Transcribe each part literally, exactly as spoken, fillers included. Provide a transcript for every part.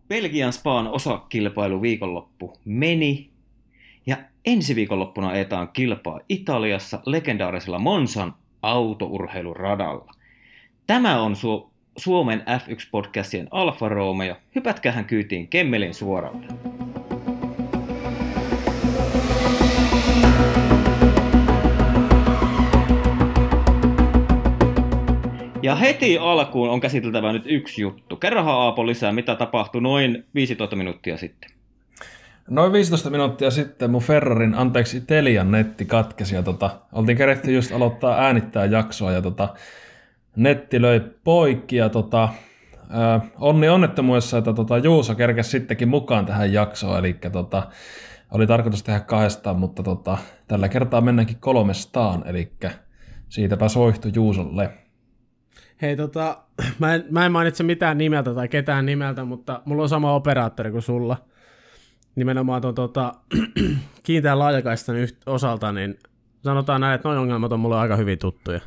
Belgian Spaan osakilpailu viikonloppu meni, ja ensi viikonloppuna ajetaan kilpaa Italiassa legendaarisella Monsan autourheiluradalla. Tämä on Su- Suomen F yksi -podcastien Alfa Romeo. Hypätkähän kyytiin Kemmelin suoralle. Ja heti alkuun on käsiteltävä nyt yksi juttu. Kerrohan Aapo lisää, mitä tapahtui noin viisitoista minuuttia sitten. Noin viisitoista minuuttia sitten mun Ferrarin, anteeksi, Telian netti katkesi ja tota, oltiin keretty just aloittaa äänittää jaksoa ja tota, netti löi poikki ja tota, ää, onni onnettomuudessa, että tota, Juuso kerkesi sittenkin mukaan tähän jaksoon, eli tota, oli tarkoitus tehdä kahdestaan, mutta tota, tällä kertaa mennäänkin kolmestaan, eli siitäpä soihtui Juusolle. Hei, tota, mä, en, mä en mainitse mitään nimeltä tai ketään nimeltä, mutta mulla on sama operaattori kuin sulla. Nimenomaan tuon tota, kiinteän laajakaistan yht- osalta, niin sanotaan näin, että noin ongelmat on mulle aika hyvin tuttuja.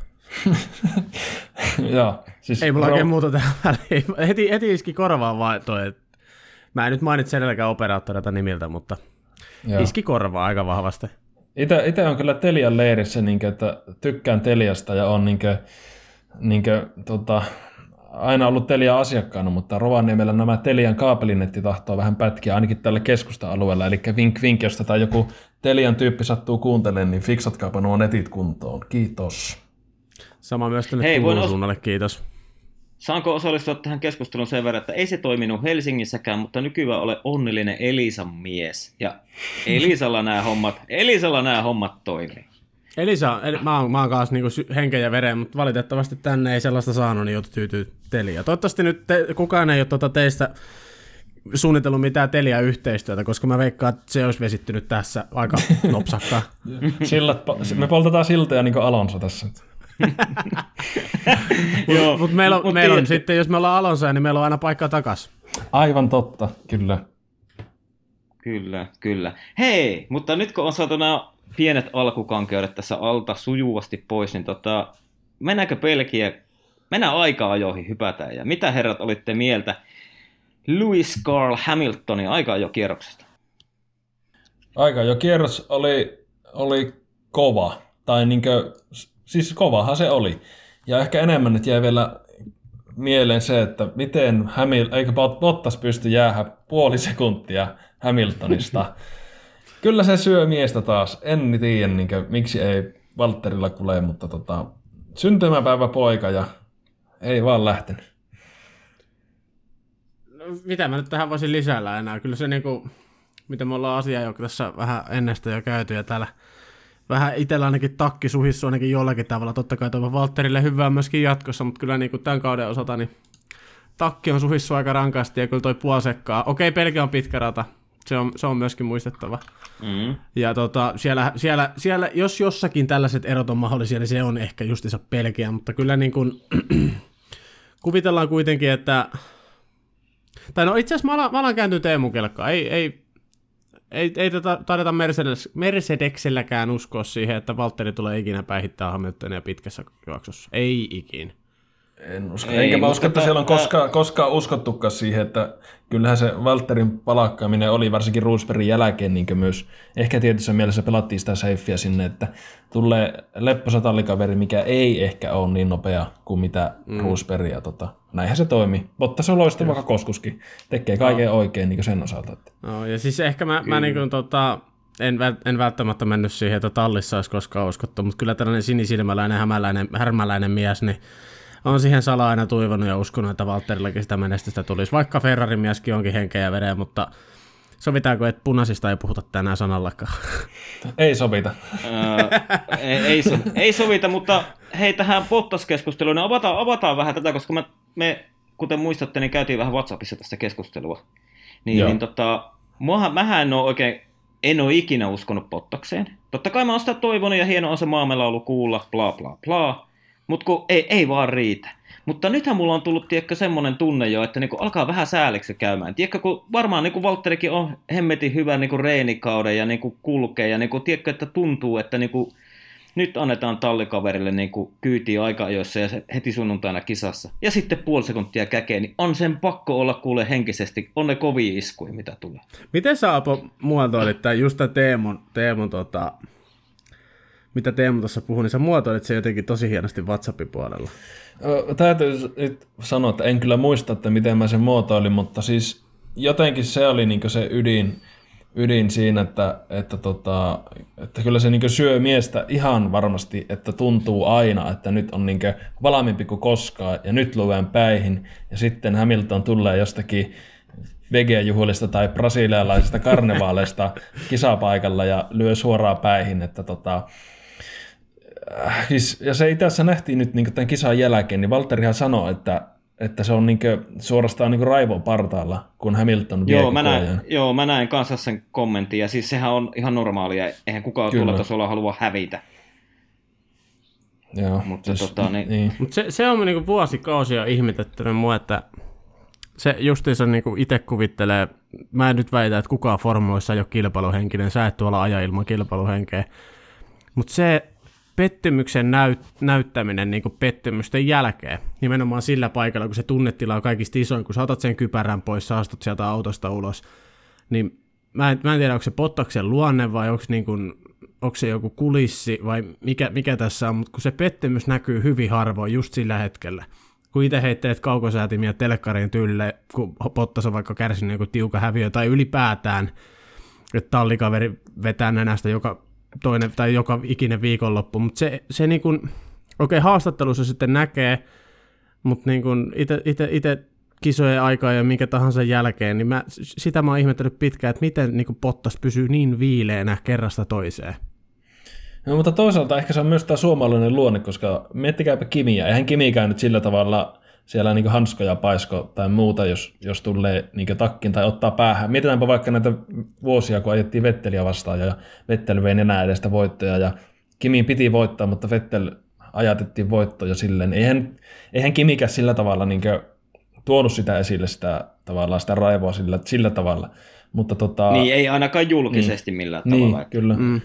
Joo, siis ei mulla ro- oikein muuta tähän väliin. Heti, heti iski korvaan vaan toi, että mä en nyt mainitse edelläkään operaattoreita nimiltä, mutta Joo. iski korvaan aika vahvasti. Itse on kyllä Telian leirissä, niin kuin, että tykkään Teliasta ja on niin kuin, niin kuin, tota, aina ollut Telian asiakkaana, mutta Rovaniemellä nämä Telian kaapelinetti tahtoo vähän pätkiä, ainakin tällä keskusta-alueella, eli vink vink, jos tätä joku Telian tyyppi sattuu kuuntelemaan, niin fiksatkaapa nuo netit kuntoon. Kiitos. Sama myös tänne Tuulun suunnalle, kiitos. Saanko osallistua tähän keskusteluun sen verran, että ei se toiminut Helsingissäkään, mutta nykyään ole onnellinen Elisan mies. Ja Elisalla nämä hommat, Elisalla nämä hommat toimii. Elisa, mä oon, mä oon kanssa niinku henken ja veren, mutta valitettavasti tänne ei sellaista saanut, niin joutu tyytyy Telia. Toivottavasti nyt te, kukaan ei ole tuota teistä suunnitellut mitään Telia-yhteistyötä, koska mä veikkaan, että se olisi vesittynyt tässä aika nopsakkaan. Sillat, me poltetaan siltoja niin kuin Alonso tässä. Mutta mut meillä on, mut meil on sitten, jos me ollaan Alonsoja, niin meillä on aina paikka takas. Aivan totta, kyllä. Kyllä, kyllä. Hei, mutta nyt kun on saatu nämä pienet alkukankeudet tässä alta sujuvasti pois, niin tota, mennäänkö Belgia, mennään aika-ajoihin, hypätään. Ja mitä herrat olitte mieltä Lewis Carl Hamiltonin aika-ajokierroksesta? Aika-ajokierros oli, oli kova, tai niinkö, siis kovahan se oli. Ja ehkä enemmän nyt jäi vielä mieleen se, että miten Hamil, eikö Bottas pysty jäädä puoli sekuntia Hamiltonista. Kyllä se syö miestä taas. En tiedä, niin kuin, miksi ei Valtterilla kule, mutta tota, syntymäpäivä poika ja ei vaan lähtenyt. No, mitä mä nyt tähän voisin lisäillä enää? Kyllä se niinku, mitä me ollaan asiaa jo tässä vähän ennestä jo käyty ja täällä vähän itsellä ainakin takki suhissu ainakin jollakin tavalla. Totta kai toivon Valtterille hyvää myöskin jatkossa, mutta kyllä niinku tämän kauden osalta niin takki on suhissu aika rankasti ja kyllä toi puolisekkaa. Okei, Belgia on pitkä rata. Se on, se on myöskin muistettava. Mm. Ja tota, siellä, siellä, siellä, jos jossakin tällaiset erot on mahdollisia, niin se on ehkä justiinsa Belgia, mutta kyllä niin kuin, kuvitellaan kuitenkin, että tai no itse asiassa mä alan, mä alan kääntyä Teemun kelkkaan. Ei, ei, ei, ei taideta Mercedes, Mercedekselläkään uskoa siihen, että Valtteri tulee ikinä päihittää Hamiltonia pitkässä juoksussa. Ei ikinä. En usko. Enkä mä usko, että siellä on koskaan, koskaan uskottukaan siihen, että kyllähän se Valtterin palakkaaminen oli varsinkin Rosbergin jälkeen niin myös, ehkä tietyssä mielessä pelattiin sitä safea sinne, että tulee lepposa tallikaveri, mikä ei ehkä ole niin nopea kuin mitä mm. Rosberg, ja tota, näinhän se toimi. Mutta se on loistava, vaikka Koskuskin tekee kaiken no. oikein niin sen osalta. Että. No, ja siis ehkä mä, mä niin kuin, tota, en, en välttämättä mennyt siihen, että tallissa olisi koskaan uskottu, mutta kyllä tällainen sinisilmäläinen, hämäläinen, härmäläinen mies, niin on siihen salaa aina toivonut ja uskonut, että Valtterillakin sitä menestystä tulisi. Vaikka Ferrarin mieskin onkin henkeä ja vereä, mutta sovitaanko, että punaisista ei puhuta tänään sanallakaan? Ei sovita. ei, ei, so, ei sovita, mutta hei, tähän Bottas-keskusteluun niin avataan, avataan vähän tätä, koska me, me, kuten muistatte, niin käytiin vähän WhatsAppissa tästä keskustelua. Niin, niin tota, muahan, mähän en ole oikein, en ole ikinä uskonut Bottakseen. Totta kai mä oon sitä toivonut ja hieno on se maamelaulu kuulla, bla bla bla. Mutta ei, ei vaan riitä. Mutta nythän mulla on tullut tiedätkö, semmoinen tunne jo, että niinku alkaa vähän sääliksi käymään. Tiedätkö, kun varmaan niinku Valtterikin on hemmetin hyvä niinku reenikauden ja niinku kulkee. Ja niinku, tiedätkö, että tuntuu, että niinku, nyt annetaan tallikaverille niin kyytiä aika-ajoissa ja heti sunnuntaina kisassa. Ja sitten puoli sekuntia käkeä, niin on sen pakko olla kuule henkisesti, on ne kovia iskuja, mitä tulee. Miten sä Apo muotoilit tämän, just tämän Teemun, Teemun tota, mitä Teemu tuossa puhui, niin sä muotoilit se jotenkin tosi hienosti WhatsAppin puolella. Täytyy nyt sanoa, että en kyllä muista, että miten mä sen muotoilin, mutta siis jotenkin se oli niin se ydin, ydin siinä, että, että, tota, että kyllä se niin syö miestä ihan varmasti, että tuntuu aina, että nyt on niin valmiimpi kuin koskaan ja nyt luen päihin ja sitten Hamilton tulee jostakin vegejuhlista tai brasilialaisista karnevaaleista kisapaikalla ja lyö suoraan päihin, että tota, ja se itse asiassa nähtiin nyt niin tämän kisan jälkeen, niin Valtterihan sanoi, että, että se on niin suorastaan niin raivon partaalla, kun Hamilton vie joo, mä näin, joo, mä näin kanssa sen kommentin, ja siis sehän on ihan normaalia, eihän kukaan tuolla tasolla halua hävitä. Joo, mutta siis, tota, niin... niin. Mut se, se on niin vuosikausia ihmetettänyt mua, että se justiinsa niin itse kuvittelee, mä en nyt väitä, että kukaan formuloissa ei ole kilpailuhenkinen, sä et tuolla aja ilman kilpailuhenkeä, mutta se pettymyksen näyt- näyttäminen niin pettymysten jälkeen, nimenomaan sillä paikalla, kun se tunnetila on kaikista isoin, kun sä otat sen kypärän pois, sä astut sieltä autosta ulos, niin mä en, mä en tiedä, onko se Bottaksen luonne vai onko, niin kuin, onko se joku kulissi vai mikä, mikä tässä on, mutta kun se pettymys näkyy hyvin harvoin just sillä hetkellä. Kun itse heittelet kaukosäätimiä telkkariin tylle, kun Bottas on vaikka kärsinyt joku tiuka häviö, tai ylipäätään, että tallikaveri vetää nenästä joka toinen tai joka ikinen viikonloppu, mutta se, se niin kuin, okei, okay, haastattelussa sitten näkee, mutta niin kuin itse kisojen aikaa ja minkä tahansa jälkeen, niin mä, sitä mä oon ihmetellyt pitkään, että miten niin kuin Bottas pysyy niin viileänä kerrasta toiseen. No, mutta toisaalta ehkä se on myös tämä suomalainen luonne, koska miettikääpä Kimiä. Eihän Kimikään nyt sillä tavalla siellä niin hanskoja paisko tai muuta, jos, jos tulee niin takkin tai ottaa päähän. Mietitäänpä vaikka näitä vuosia, kun ajettiin Vetteliä vastaan ja Vettel vei enää edestä voittoja ja Kimin piti voittaa, mutta Vettel ajatettiin voittoja silleen. Eihän, eihän Kimikä sillä tavalla niin tuonut sitä esille, sitä, tavallaan sitä raivoa sillä, sillä tavalla. Mutta, tota, niin, ei ainakaan julkisesti niin, millään niin, tavalla. Niin, kyllä. Mm.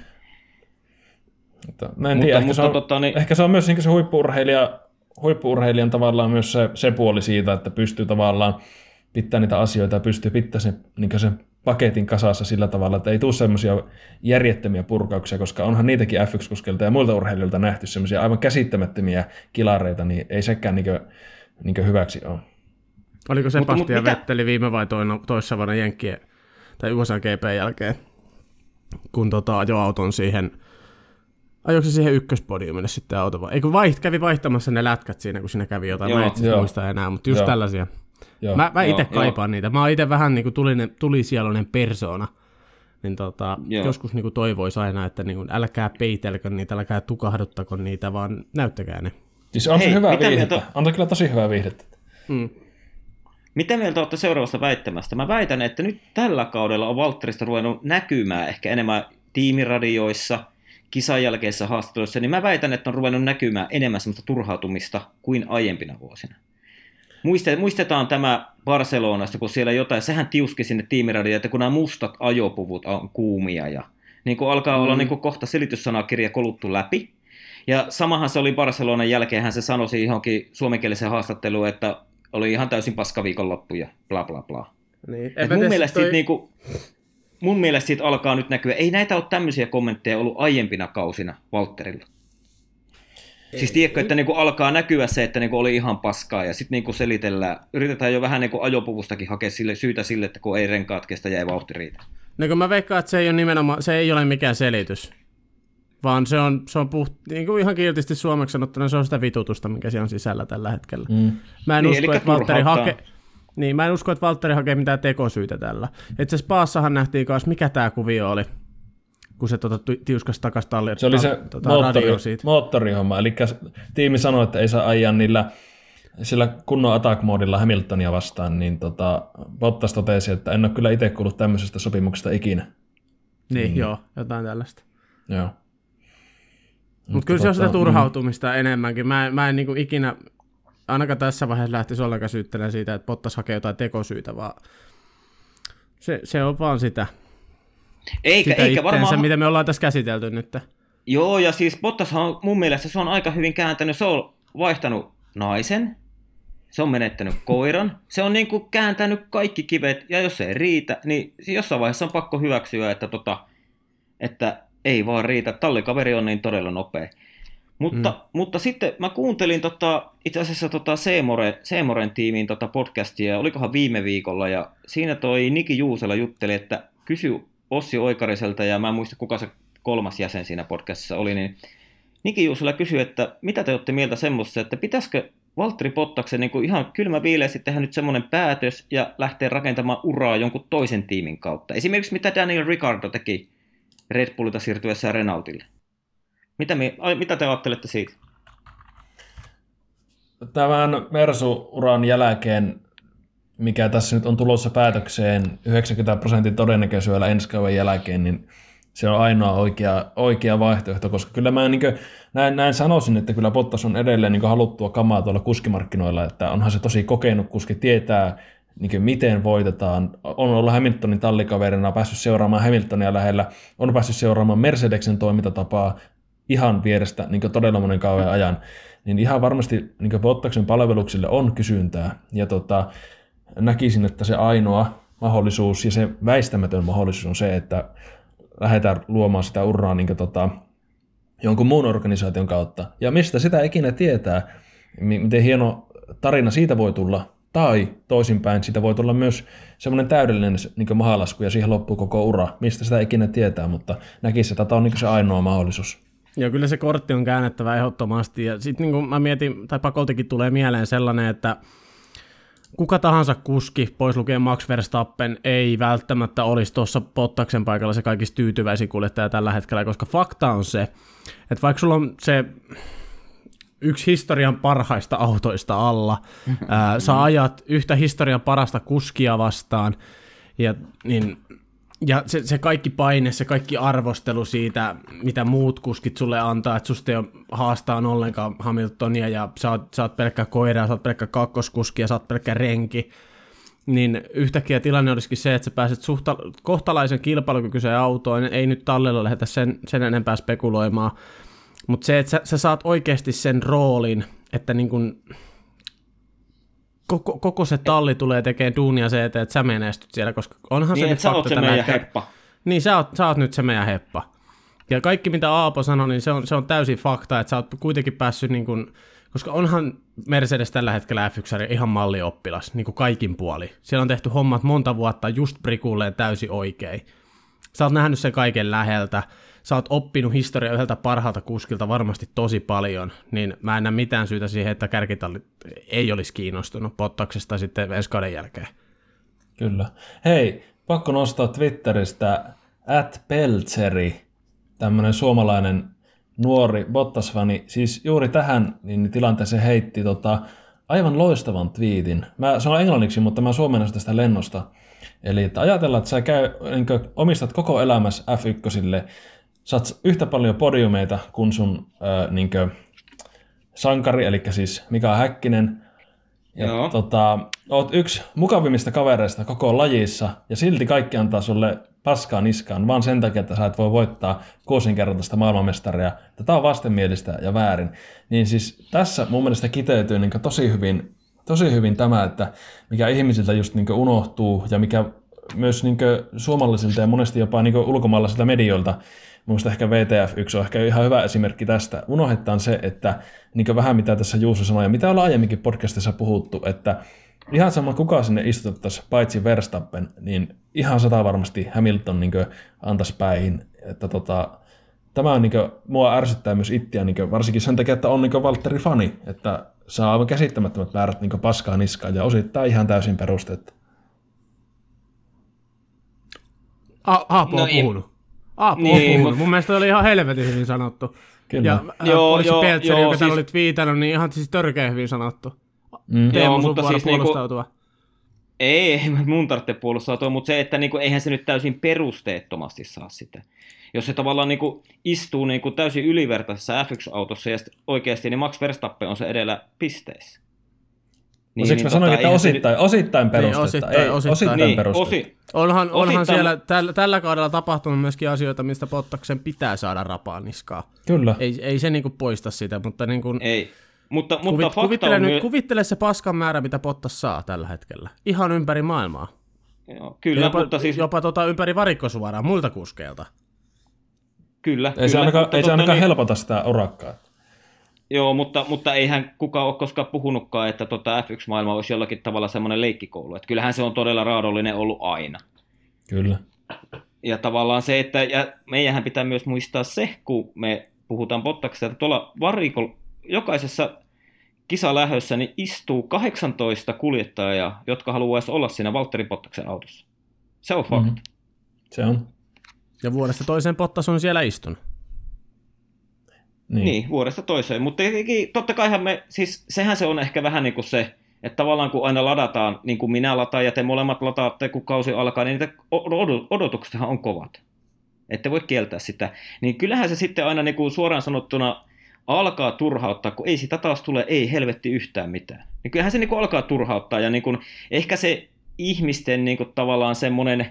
Mutta, mä en mutta, tiedä, mutta, ehkä, se on, tota, niin... ehkä se on myös niin se huippu-urheilija, huippu-urheilijan tavallaan myös se, se puoli siitä, että pystyy tavallaan pitämään niitä asioita ja pystyy pitämään sen, niin sen paketin kasassa sillä tavalla, että ei tule semmoisia järjettömiä purkauksia, koska onhan niitäkin F yksi -kuskeilta ja muilta urheilijoilta nähty semmoisia aivan käsittämättömiä kilareita, niin ei sekään niin kuin, niin kuin hyväksi ole. Oliko Sebastian Vetteli viime vai toissa vuonna Jenkkien tai U S A G P jälkeen, kun tota, ajoi auton siihen, ajoiko se siihen ykköspodiumille sitten auto vai? Eikö vaiht, kävi vaihtamassa ne lätkät siinä, kun siinä kävi jotain, joo, mä en muista enää, mutta just joo. tällaisia. Joo. Mä, mä itse kaipaan joo. niitä, mä oon itse vähän niin kuin tulinen, tulisieloinen persoona, niin tota, joskus niin kuin toivoisi aina, että niin kuin, älkää peitelkö niitä, älkää tukahduttako niitä, vaan näyttäkää ne. Siis on Hei, se hyvää viihdettä, mieltä... on kyllä tosi hyvää viihdettä. Mm. Mitä mieltä olette seuraavasta väittämästä? Mä väitän, että nyt tällä kaudella on Valtterista ruvennut näkymään ehkä enemmän tiimiradioissa, kisan jälkeisissä haastatteluissa, niin mä väitän, että on ruvennut näkymään enemmän semmoista turhautumista kuin aiempina vuosina. Muistetaan tämä Barcelonasta, kun siellä jotain, sehän tiuski sinne tiimiradioon, että kun nämä mustat ajopuvut on kuumia ja niin kuin alkaa mm. olla niin kuin kohta selityssanakirja koluttu läpi. Ja samahan se oli Barcelonan jälkeen, hän se sanoi johonkin suomenkieliseen haastatteluun, että oli ihan täysin paska viikonloppu ja bla bla bla. Niin. Mun, mielestä toi... siitä, niin kuin, mun mielestä siitä alkaa nyt näkyä, ei näitä ole tämmöisiä kommentteja ollut aiempina kausina Valtterilla. Ei, siis tiedätkö, että niinku alkaa näkyä se, että niinku oli ihan paskaa ja sitten niinku selitellään, yritetään jo vähän niinku ajopuvustakin hakea sille, syytä sille, että kun ei renkaat kestä ja ei vauhti riitä. No kun mä veikkaan, että se ei ole nimenomaan, se ei ole mikään selitys, vaan se on, se on puht, niin kuin ihan kiltisti suomeksi sanottuna, se on sitä vitutusta, mikä siellä on sisällä tällä hetkellä. Mm. Mä en niin, usko, että Valtteri hake... Niin, mä en usko, että Valtteri hakee mitään tekosyitä tällä. Itse asiassa Spaassahan nähtiin kanssa, mikä tää kuvio oli, kun se tuota, tiuskasi takaisin talli. Se oli se tota, moottori, moottorihomma, eli tiimi sanoi, että ei saa ajaa niillä sillä kunnon attack-moodilla Hamiltonia vastaan, niin tota, Bottas totesi, että en ole kyllä itse kuullut tämmöisestä sopimuksesta ikinä. Niin, mm. joo, jotain tällaista. Joo. Mutta Mut kyllä se on sitä turhautumista mm. enemmänkin. Mä, mä en niinku ikinä, ainakaan tässä vaiheessa lähtisi ollenkaan syyttelemään siitä, että Bottas hakee jotain tekosyitä, vaan se, se on vaan sitä. Eikä, sitä eikä itteensä, varmaan... mitä me ollaan tässä käsitelty nyt. Joo, ja siis Bottashan on mun mielestä se on aika hyvin kääntänyt, se on vaihtanut naisen, se on menettänyt koiran, se on niin kuin kääntänyt kaikki kivet, ja jos se ei riitä, niin jossain vaiheessa on pakko hyväksyä, että, tota, että ei vaan riitä, tallikaveri on niin todella nopea. Mutta, mm. mutta sitten mä kuuntelin tota, itse asiassa tota Seemore, Seemoren tiimin tota podcastia, olikohan viime viikolla, ja siinä toi Niki Juusela jutteli, että kysy Ossi Oikariselta, ja mä en muista kuka se kolmas jäsen siinä podcastissa oli, niin Niki Juusela kysyi, että mitä te olette mieltä semmoista, että pitäisikö Valtteri Bottaksen niin kuin ihan kylmä viileästi tehdä nyt semmoinen päätös ja lähteä rakentamaan uraa jonkun toisen tiimin kautta. Esimerkiksi mitä Daniel Ricciardo teki Red Bullilta siirtyessään Renaultille. Mitä, me, ai, mitä te ajattelette siitä? Tämän Mersu-uran jälkeen, mikä tässä nyt on tulossa päätökseen yhdeksänkymmentä prosentin todennäköisyydellä ensi kauden jälkeen, niin se on ainoa oikea, oikea vaihtoehto, koska kyllä mä niin kuin, näin, näin sanoisin, että kyllä Bottas on edelleen niin kuin haluttua kamaa tuolla kuskimarkkinoilla, että onhan se tosi kokenut kuski, tietää niin kuin miten voitetaan, on ollut Hamiltonin tallikaverina, päässyt seuraamaan Hamiltonia lähellä, on päässyt seuraamaan Mercedeksen toimintatapaa ihan vierestä niin kuin todella monen kauan ajan, niin ihan varmasti niin kuin Bottaksen palveluksille on kysyntää, ja tota, näkisin, että se ainoa mahdollisuus ja se väistämätön mahdollisuus on se, että lähdetään luomaan sitä uraa niin kuin, tota, jonkun muun organisaation kautta. Ja mistä sitä ikinä tietää, miten hieno tarina siitä voi tulla, tai toisinpäin, siitä voi tulla myös semmoinen täydellinen niin kuin mahalasku, ja siihen loppuu koko ura. Mistä sitä ikinä tietää, mutta näkisin, että tämä on niin kuin se ainoa mahdollisuus. Joo, kyllä se kortti on käännettävä ehdottomasti, ja sitten niin mä mietin, tai pakoltakin tulee mieleen sellainen, että kuka tahansa kuski, pois lukien Max Verstappen, ei välttämättä olisi tuossa Bottaksen paikalla se kaikista tyytyväisin kuljettaja tällä hetkellä, koska fakta on se, että vaikka sulla on se yksi historian parhaista autoista alla, ää, sä ajat yhtä historian parasta kuskia vastaan, ja, niin, ja se, se kaikki paine, se kaikki arvostelu siitä, mitä muut kuskit sulle antaa, että susta ei ole haastaa ollenkaan Hamiltonia, ja sä oot, sä oot pelkkä koira, sä oot pelkkä kakkoskuski, ja sä oot pelkkä renki, niin yhtäkkiä tilanne olisikin se, että sä pääset suhta, kohtalaisen kilpailukykyiseen autoon, ei nyt tallella lähdetä sen, sen enempää spekuloimaan, mutta se, että sä, sä saat oikeasti sen roolin, että niin kun koko, koko se talli tulee tekemään duunia se eteen, että sä menestyt siellä, koska onhan niin, se nyt sä fakta oot se tällä meidän hetkellä. heppa. Niin, sä oot, sä oot nyt se meidän heppa. Ja kaikki, mitä Aapo sanoi, niin se on, se on täysin fakta, että sä oot kuitenkin päässyt, niin kun, koska onhan Mercedes tällä hetkellä F yksi ihan mallioppilas, niin kuin kaikin puoli. Siellä on tehty hommat monta vuotta just prikulleen täysin oikein. Sä oot nähnyt sen kaiken läheltä, sä oot oppinut historiaa yhdeltä parhaalta kuskilta varmasti tosi paljon, niin mä en näe mitään syytä siihen, että kärkitalli ei olisi kiinnostunut Bottaksesta sitten ensi kauden jälkeen. Kyllä. Hei, pakko nostaa Twitteristä at Peltseri, tämmöinen suomalainen nuori Bottas-fani, siis juuri tähän niin tilanteeseen heitti tota, aivan loistavan twiitin. Mä sanon englanniksi, mutta mä suomennan tästä lennosta. Eli että ajatellaan, että sä käy, niin kuin, omistat koko elämässä F ykkösille, saat yhtä paljon podiumeita kuin sun äh, niin kuin, sankari, eli siis Mika Häkkinen. Ja, tota, oot yksi mukavimmista kavereista koko lajissa, ja silti kaikki antaa sulle paskaa niskaan, vaan sen takia, että sä et voi voittaa kuusinkertaista maailmanmestaria. Tämä on vastenmielistä ja väärin. Niin siis tässä mun mielestä kiteytyy niin tosi hyvin, tosi hyvin tämä, että mikä ihmisiltä just niin unohtuu, ja mikä myös niin suomalaisilta ja monesti jopa niin ulkomaalaisilta medioilta, minusta ehkä V T F yksi on ehkä ihan hyvä esimerkki tästä. Unohdetaan se, että niin vähän mitä tässä Juuso sanoi, ja mitä ollaan aiemminkin podcastissa puhuttu, että ihan sama kuka sinne istutettaisiin, paitsi Verstappen, niin ihan sata varmasti Hamilton niin antaisi päihin. Että tota, tämä niin kuin, mua ärsyttää myös itseä, niin varsinkin sen takia, että on niin Valtteri-fani, että saa aivan käsittämättömät määrät niin paskaa niskaan ja osittain ihan täysin perusteetta. Aapo on puhunut. Aapo on niin, puhunut. Mun mielestä oli ihan helvetin hyvin sanottu. Kyllä. Ja poliisi Peltseri, joka siis täällä oli twiitannut, niin ihan siis törkeä hyvin sanottu. Mm. Teemu, sun vuoro siis puolustautua. Niinku, ei, ei mun tarvitse puolustautua, mutta se, että niinku, eihän se nyt täysin perusteettomasti saa sitä. Jos se tavallaan niinku, istuu niinku, täysin ylivertaisessa F yksi-autossa ja oikeasti, niin Max Verstappen on se edellä pisteissä. Niin, siksi niin, mä sanoin, tota, että osittain, osittain perustetta. Niin, osittain, ei, osittain, osittain niin, perustetta. Osi, onhan onhan osittain, siellä tällä, tällä kaudella tapahtunut myöskin asioita, mistä Bottaksen pitää saada rapaa niskaa. Kyllä. Ei, ei se niinku poista sitä, mutta niin kuin, ei. Mutta, mutta kuvit, kuvittele, myö... nyt, kuvittele se paskan määrä, mitä Bottas saa tällä hetkellä. Ihan ympäri maailmaa. Joo, kyllä, jopa, mutta siis... jopa tota ympäri varikkosuoraa muilta kuskeilta. Kyllä. Ei kyllä, se ainakaan, mutta, ei se ainakaan niin... helpota sitä urakkaa. Joo, mutta, mutta eihän kukaan ole koskaan puhunutkaan, että tota F yksi -maailma olisi jollakin tavalla semmoinen leikkikoulu. Että kyllähän se on todella raadollinen ollut aina. Kyllä. Ja tavallaan se, että ja meidänhän pitää myös muistaa se, kun me puhutaan Bottaksesta, että tuolla varikolla jokaisessa kisalähössä niin istuu kahdeksantoista kuljettajaa, jotka haluaisi olla siinä Valtteri Bottaksen autossa. Se on fakta. Mm-hmm. Se on. Ja vuodesta toiseen Bottas on siellä istunut. Niin. niin, vuodesta toiseen. Mutta totta kaihan me, siis sehän se on ehkä vähän niin kuin se, että tavallaan kun aina ladataan, niin kuin minä lataan ja te molemmat lataatte, kun kausi alkaa, niin niitä odotuksethan on kovat. Ette voi kieltää sitä. Niin kyllähän se sitten aina niin kuin suoraan sanottuna alkaa turhauttaa, kun ei sitä taas tule, ei helvetti yhtään mitään. Niin kyllähän se niin kuin alkaa turhauttaa ja niin kuin, ehkä se ihmisten niin kuin tavallaan semmoinen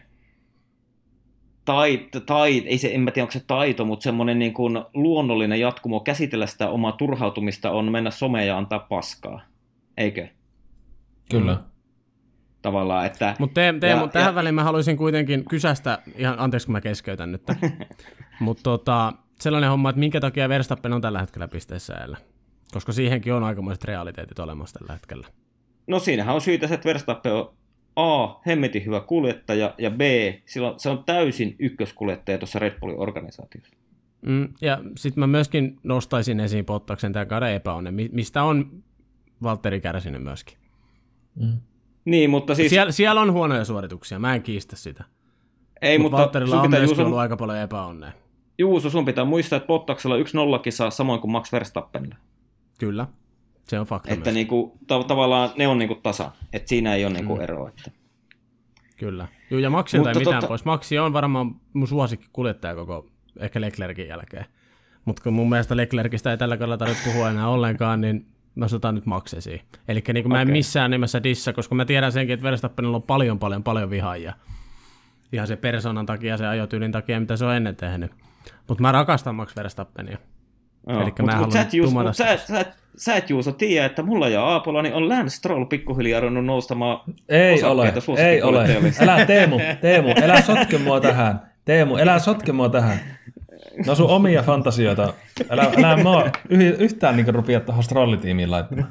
taito, tai, ei se, en mä tiedä onko se taito, mutta semmoinen niin kuin luonnollinen jatkumo käsitellä sitä omaa turhautumista on mennä someen ja antaa paskaa. Eikö? Kyllä. Tavallaan, että... Mutta Teemu, Teemu, tähän ja, väliin mä haluaisin kuitenkin kysästä, ihan anteeksi kun mä keskeytän nyt, mutta tota, sellainen homma, että minkä takia Verstappen on tällä hetkellä pisteessä edellä? Koska siihenkin on aikamoiset realiteetit olemassa tällä hetkellä. No siinähän on syytä se, että Verstappen on A, hemmetin hyvä kuljettaja, ja B, silloin se on täysin ykköskuljettaja tuossa Red Bullin organisaatiossa. Mm, ja sitten mä myöskin nostaisin esiin Bottaksen tämän kauden epäonne, mistä on Valtteri kärsinyt myöskin. Mm. Niin, mutta siis... Siellä, siellä on huonoja suorituksia, mä en kiistä sitä. Ei, Mut mutta Valtterilla on myöskin Juuso... ollut aika paljon epäonnea. Juuso, sun pitää muistaa, että Bottaksella yksi nolla kisaa samoin kuin Max Verstappenilla. Kyllä, se on fakta. Että niinku, ta- tavallaan ne on niinku tasan, että siinä ei ole niinku mm. eroa. Että... Kyllä. Joo, ja Maxilta ei mitään totta... pois. Maxi on varmaan mun suosikki kuljettaja koko ehkä Leclerkin jälkeen. Mutta kun mun mielestä Leclerkistä ei tällä kaudella tarvitse puhua enää ollenkaan, niin nostetaan nyt Max esiin. Eli niin mä en okay. missään nimessä dissa, koska mä tiedän senkin, että Verstappenilla on paljon, paljon, paljon vihaajia. Ihan se persoonan takia, se ajotyylin takia, mitä se on ennen tehnyt. Mutta mä rakastan Max Verstappenia. Mutta mut sä, mut sä, sä, sä et Juuso tiedä, että mulla ja Aapolla niin on Lance Stroll pikkuhiljaa ruvennut noustamaan ei ole, ei ole. Älä Teemu, Teemu, älä sotke mua tähän. Teemu, älä sotke mua tähän. No sun omia fantasioita. Älä, älä mua yhtään niin rupia tuohon Strollitiimiin laittamaan.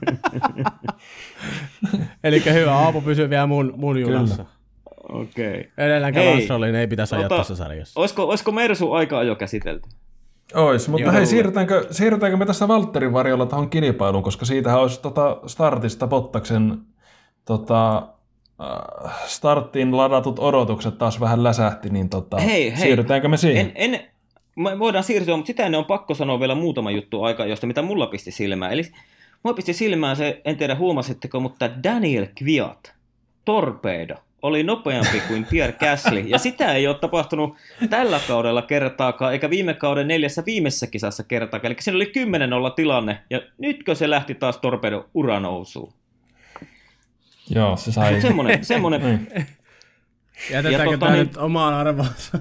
Elikkä hyvä, Aapo pysyy vielä mun, mun junassa. Okei. Okay. Edelläänkään Lance Strollin ei pitäisi ajaa tässä sarjassa. Olisiko, olisiko Mersu aika jo käsitelty? Ois, mutta Joo, hei, siirrytäänkö, siirrytäänkö me tässä Valtterin varjolla tuohon kilpailuun, koska siitähän olisi tota startista Bottaksen tota, äh, starttiin ladatut odotukset taas vähän läsähti, niin tota, hei, hei. siirrytäänkö me siihen? En, en, me voidaan siirtyä, mutta sitä ennen on pakko sanoa vielä muutama juttu aika, josta mitä mulla pisti silmään. Eli mulla pisti silmään se, en tiedä huomasitteko, mutta Daniel Kvyat, Torpedo, oli nopeampi kuin Pierre Gasly, ja sitä ei ole tapahtunut tällä kaudella kertaakaan, eikä viime kauden neljässä viimeisessä kisassa kertaakaan. Eli siinä oli kymmenen nolla tilanne, ja nytkö se lähti taas Torpedo uranousuun? Joo, se sai. Semmoinen, semmoinen. Jätetäänkö tota, tämä niin... nyt omaan arvoonsa?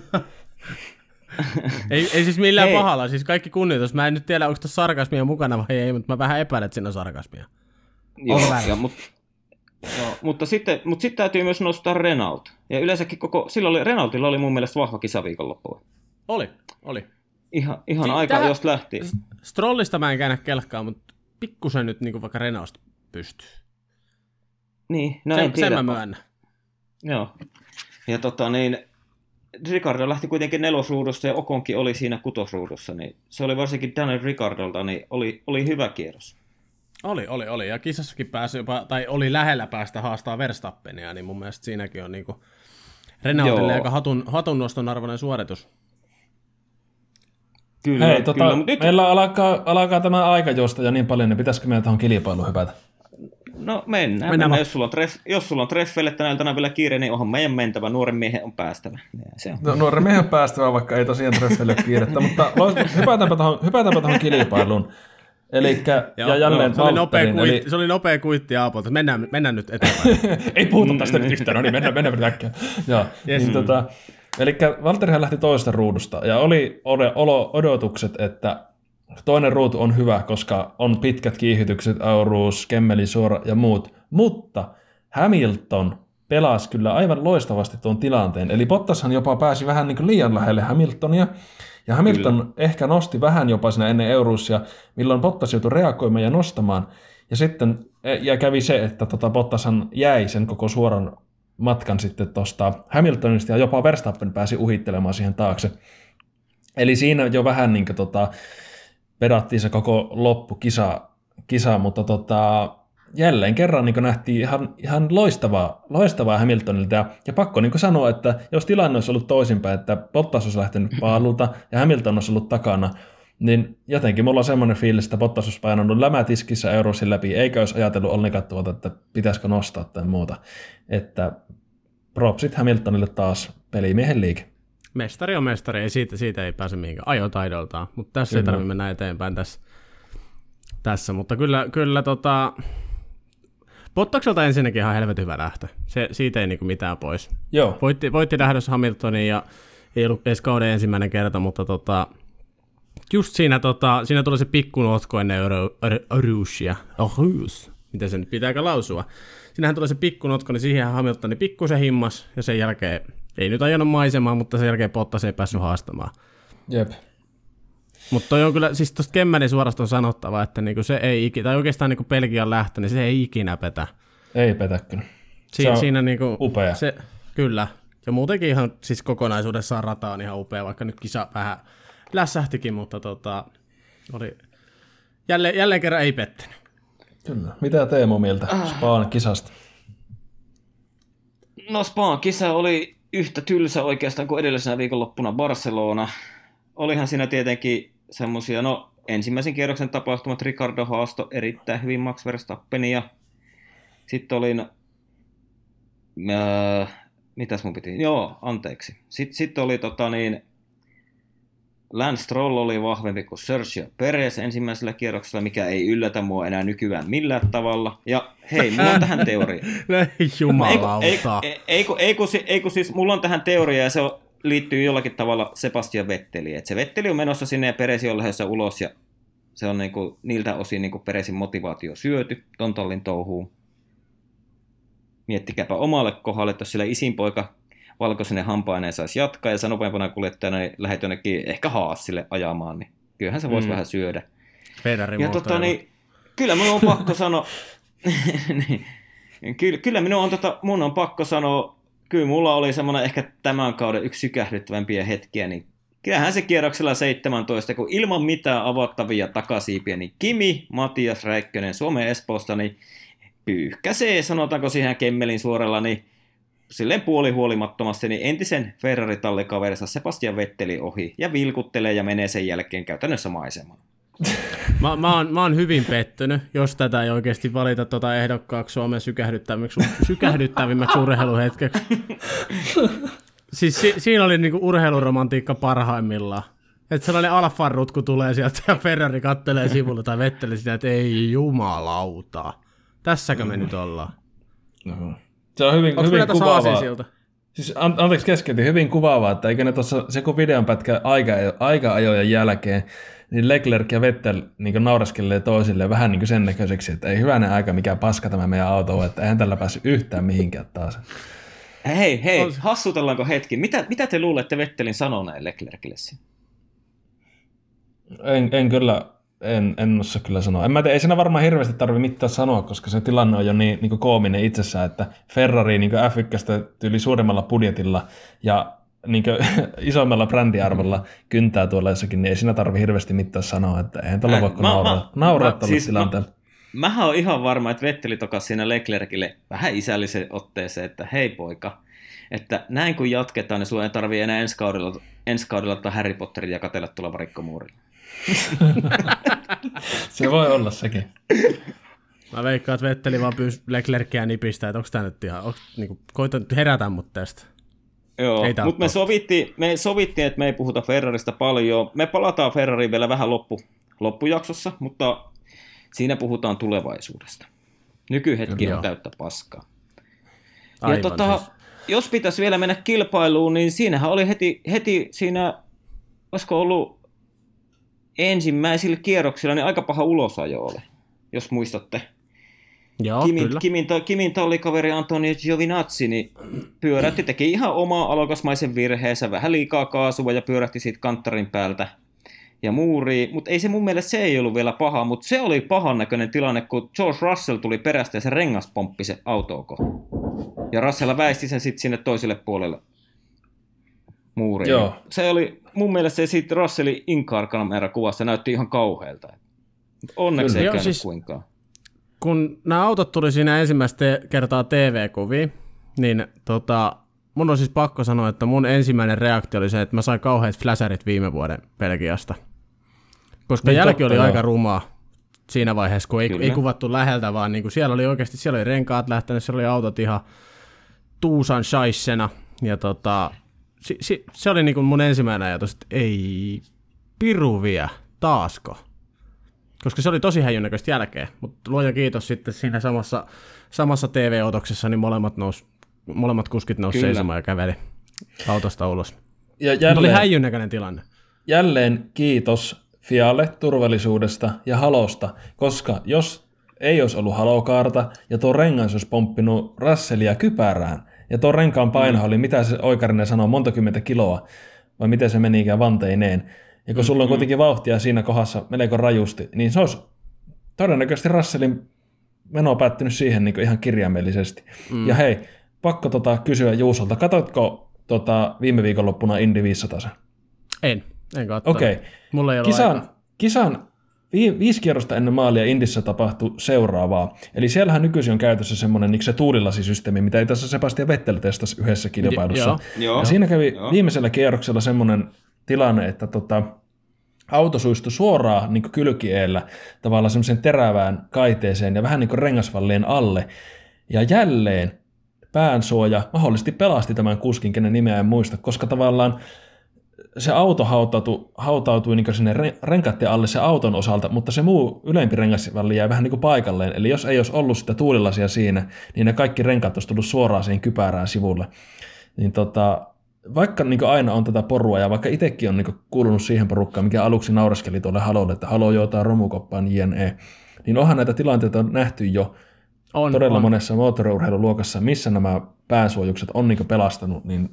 ei, ei siis millään Hei. pahalla, siis kaikki kunnioitus. Mä en nyt tiedä, onko tuossa sarkasmia mukana vai ei, mutta mä vähän epäilen, että siinä on sarkasmia. Joo, ja, mutta... Joo, mutta sitten, mutta sitten täytyy myös nostaa Renault. Ja yleensäkin koko, silloin oli, Renaultilla oli mun mielestä vahva kisaviikonloppu. Oli, oli. Ihan, ihan siis aika, tähän, jos lähti. Strollista mä en käännä kelkkaa, mutta pikkusen nyt niin vaikka Renault pystyy. Niin, no sen, en tiedä. Sen mä myönnän. Joo. Ja tota niin, Ricardo lähti kuitenkin nelosruudussa ja Okonkin oli siinä kutosruudussa. Niin se oli varsinkin Daniel Ricardolta, niin oli, oli hyvä kierros. Oli, oli, oli. Ja kisassakin pääsi jopa, tai oli lähellä päästä haastaa Verstappenia, niin mun mielestä siinäkin on niinku Renaultille aika hatun, hatunnoston arvoinen suoritus. Kyllä, Hei, tota, kyllä. Nyt... Meillä alkaa, alkaa tämä aika juosta ja niin paljon, niin pitäisikö meidän tuohon kilpailuun hypätä? No mennään. mennään. mennään. Jos, sulla treff, jos sulla on treffeille tänä iltana vielä kiire, niin onhan meidän mentävä. Nuoren miehen on päästävä. Se on. No, nuoren miehen on päästävä, vaikka ei tosiaan treffeille kiirettä, mutta hypätäänpä tuohon, hypätäänpä tuohon kilpailuun. Elikkä, ja jälleen no, se, oli nopea Valtterin, kuitti, eli... se oli nopea kuitti Aapolta. Mennään, mennään nyt eteenpäin. Ei puhuta tästä nyt yhtään, no niin, mennään, mennään äkkiä. Joo, yes. niin, tota, elikkä Valtterihan lähti toisesta ruudusta, ja oli olo, odotukset, että toinen ruutu on hyvä, koska on pitkät kiihytykset, auruus, kemmeli, suora ja muut, mutta Hamilton pelasi kyllä aivan loistavasti tuon tilanteen, eli Bottashan jopa pääsi vähän niin kuin liian lähelle Hamiltonia, ja Hamilton kyllä. ehkä nosti vähän jopa siinä ennen Eurusia, milloin Bottas joutui reagoimaan ja nostamaan. Ja sitten ja kävi se, että tota Bottashan jäi sen koko suoran matkan sitten tuosta Hamiltonista, ja jopa Verstappen pääsi uhittelemaan siihen taakse. Eli siinä jo vähän niin kuin tota, pedattiin se koko loppukisa, kisa, mutta tota, jälleen kerran niin nähtiin ihan, ihan loistavaa, loistavaa Hamiltonilta, ja, ja pakko niin sanoa, että jos tilanne olisi ollut toisinpäin, että Bottas olisi lähtenyt paalulta ja Hamilton olisi ollut takana, niin jotenkin mulla on semmoinen fiilis, että Bottas olisi painanut lämätiskissä Eurosin läpi, eikä olisi ajatellut ollenkaan tuota, että pitäisikö nostaa tai muuta. Että propsit Hamiltonille taas, pelimiehen liike. Mestari on mestari, ei siitä, siitä ei pääse mihinkään ajotaidoltaan, mutta tässä kyllä. Ei tarvitse mennä eteenpäin tässä. tässä. Mutta kyllä, kyllä tota... Bottakselta ensinnäkin ihan helvetin hyvä lähtö. Se, siitä ei niinku mitään pois. Joo. Voitti, voitti lähdössä Hamiltonin ja ei ollut edes kauden ensimmäinen kerta, mutta tota, just siinä, tota, siinä tuli se pikkunotko ennen Ruusia. Ruus. Miten se nyt pitääkö lausua? Siinähän tuli se pikkunotko, niin siihen Hamiltoni pikkusen himmas ja sen jälkeen, ei nyt ajanut maisemaan, mutta sen jälkeen Bottas ei päässyt haastamaan. Jep. Mutta toi on kyllä, siis tuosta Kemmelin suorasta on sanottava, että niinku se ei ikinä, tai oikeastaan niinku Belgian lähtö, niin se ei ikinä petä. Ei petä kyllä. Si- se siinä niinku, upea. Se, kyllä. Ja muutenkin ihan siis kokonaisuudessaan rata on ihan upea, vaikka nyt kisa vähän lässähtikin, mutta tota, oli jälleen, jälleen kerran ei pettänyt. Kyllä. Mitä Teemu mieltä Spaan kisasta? No Spaan kisa oli yhtä tylsä oikeastaan kuin edellisenä viikonloppuna Barcelona. Olihan siinä tietenkin semmoisia, no ensimmäisen kierroksen tapahtumat, Ricardo haasto erittäin hyvin Max Verstappenia. Sitten olin, äh, mitäs mun piti, joo, anteeksi. Sitten, sitten oli tota niin, Lance Stroll oli vahvempi kuin Sergio Perez ensimmäisellä kierroksella, mikä ei yllätä mua enää nykyään millään tavalla. Ja hei, mulla on tähän teoria. Ei jumalauta. Ei, ei, ei, ei, ei, kun siis mulla on tähän teoria ja se on, liittyy jollakin tavalla Sebastian Vetteliin. Et se Vetteli on menossa sinne ja Perez on lähdössä ulos ja se on niinku, niiltä osin niinku Perezin motivaatio syöty ton tallin touhuun. Miettikääpä omalle kohdalle, että jos sillä isinpoika valkoisinen hampaineen saisi jatkaa ja sä nopeampana kuljettajana niin lähdet jonnekin ehkä Haasille ajamaan, niin kyllähän se voisi mm. vähän syödä. Ja tota, niin, kyllä minun on pakko sanoa, niin, kyllä, kyllä minun on, tota, mun on pakko sanoa, kyllä mulla oli semmoinen ehkä tämän kauden yksi sykähdyttävämpiä hetkiä, niin kyllähän se kierroksella seitsemäntoista, kun ilman mitään avattavia takasiipiä, niin Kimi, Matias Räikkönen Suomen Espoosta, niin pyyhkäsee, sanotaanko siihen Kemmelin suoralla, niin silleen puolihuolimattomasti, niin entisen Ferrari-tallikaverinsa Sebastian Vetteli ohi ja vilkuttelee ja menee sen jälkeen käytännössä maisemaan. Mä, mä, oon, mä oon hyvin pettynyt, jos tätä ei oikeasti valita tuota ehdokkaaksi Suomen sykähdyttävimmäksi, sykähdyttävimmäksi urheiluhetkeksi. Siis si, siinä oli niinku urheiluromantiikka parhaimmillaan. Että sellainen alfarut, kun tulee sieltä ja Ferrari kattelee sivulla tai Vetteli sitä, että ei jumalauta. Tässäkö me mm. nyt ollaan? No. Se on hyvin, hyvin kuvaavaa. Siis, an, anteeksi keskeytin, hyvin kuvaavaa, että eikö ne tuossa, se kun videon pätkä aika, aika-ajojen jälkeen, niin Leclerc ja Vettel niin naureskelee toisilleen vähän niin kuin sen näköiseksi, että ei hyvänen aika mikä paska tämä meidän auto on, että eihän tällä päässyt yhtään mihinkään taas. Hei, hei, hassutellaanko hetki? Mitä, mitä te luulette Vettelin sanoneen Leclercille? En, en kyllä, en, en osaa kyllä sanoa. En mä tiedä, ei siinä varmaan hirveästi tarvitse mitään sanoa, koska se tilanne on jo niin, niin kuin koominen itsessään, että Ferrari niin kuin F yksi tyyli suuremmalla budjetilla ja niin kuin isommalla brändiarvolla kyntää tuolla jossakin, niin ei siinä tarvitse hirveästi mitään sanoa, että eihän tuolla voi nauraa, nauraa tuolla siis tilanteella. Mä, mähän on ihan varma, että Vetteli tokasi siinä Leclercille vähän isällisen otteeseen, että hei poika, että näin kun jatketaan, niin sun ei tarvitse enää ensi kaudella, ensi kaudella ottaa Harry Potterin ja katsella tuolla varikkomuurilla. Se voi olla sekin. Mä veikkaan, että Vetteli vaan pyysi Leclercia nipistää, että onko tää nyt ihan, onko, niin kuin, koita nyt herätä mut tästä. Joo, mutta me sovittiin, me sovittiin, että me ei puhuta Ferrarista paljon. Me palataan Ferrariin vielä vähän loppu, loppujaksossa, mutta Siinä puhutaan tulevaisuudesta. Nykyhetki on täyttä paskaa. Ja tota, siis. Jos pitäisi vielä mennä kilpailuun, niin siinähän oli heti, heti siinä, olisiko ollut ensimmäisillä kierroksilla, niin aika paha ulosajo oli, jos muistatte. Joo, Kimin, kyllä. Kimin, Kimin tallikaveri Antonio Giovinazzi niin pyörätti, teki ihan omaa alokasmaisen virheensä, vähän liikaa kaasua ja pyörähti siitä kanttarin päältä ja muuriin, mutta ei se mun mielestä se ei ollut vielä paha, mutta se oli pahan näköinen tilanne, kun George Russell tuli perästä ja se rengas pomppi se autooko. Ja Russell väisti sen sitten sinne toiselle puolelle muuriin. Joo. Se oli mun mielestä se siitä Russellin in-car-kameran kuvasta näytti ihan kauhealta. Onneksi ei käynyt siis kuinkaan. Kun nämä autot tuli siinä ensimmäistä kertaa T V-kuviin, niin tota, mun on siis pakko sanoa, että mun ensimmäinen reaktio oli se, että mä sain kauheat flasherit viime vuoden Belgiasta. Koska niin jälki oli jo aika rumaa siinä vaiheessa, kun ei, ei kuvattu läheltä, vaan niin kuin siellä oli oikeasti, siellä oli renkaat lähtenyt, siellä oli autot ihan tuusan shaissena. Ja tota, si, si, se oli niin kuin mun ensimmäinen ajatus, että ei piru vie, taasko? Koska se oli tosi häijyn näköistä jälkeen, mutta luoja kiitos sitten siinä samassa, samassa T V-otoksessa, niin molemmat, nous, molemmat kuskit nousi seisomaan ja käveli autosta ulos. Ja jälleen, oli häijyn näköinen tilanne. Jälleen kiitos Fialle turvallisuudesta ja halosta, koska jos ei olisi ollut halokaarta ja tuo rengas olisi pomppinut Russellia kypärään, ja tuo renkaan paino mm. oli, mitä se Oikarinen sanoo, monta kymmentä kiloa, vai miten se menikään vanteineen, ja kun sulla on kuitenkin vauhtia siinä kohdassa melko rajusti, niin se olisi todennäköisesti Russellin meno päättynyt siihen niin ihan kirjaimellisesti. Mm. Ja hei, pakko tota kysyä Juusolta, katsoitko tota viime viikonloppuna Indy viisisataa? En, en katsonut. Okei. Okay. Mulla ei ollut kisan, aikaa. Kisan vi, viisi kierrosta ennen maalia Indissä tapahtui seuraavaa. Eli siellähän nykyisin on käytössä semmoinen niin se tuulilasisysteemi, mitä ei tässä Sebastian Vettel testasi yhdessä kilpailussa. Jo, jo, ja siinä kävi jo. viimeisellä kierroksella semmoinen tilanne, että tota, auto suistui suoraan niin kylkieellä tavallaan semmoisen terävään kaiteeseen ja vähän niin kuin rengasvallien alle. Ja jälleen päänsuoja mahdollisesti pelasti tämän kuskin, kenen nimeä en muista, koska tavallaan se auto hautautui, hautautui niin sinne renkaiden alle se auton osalta, mutta se muu ylempi rengasvalli jäi vähän niin kuin paikalleen. Eli jos ei olisi ollut sitä tuulilasia siinä, niin ne kaikki renkaat olisi tullut suoraan siihen kypärään sivulle. Niin tota, vaikka niin aina on tätä porua, ja vaikka itsekin on niin kuulunut siihen porukkaan, mikä aluksi nauraskeli tuolle Halolle, että Halo joutaa romukoppaan jne, niin onhan näitä tilanteita on nähty jo on, todella on. monessa moottoriurheiluluokassa, missä nämä pääsuojukset on niin pelastanut, niin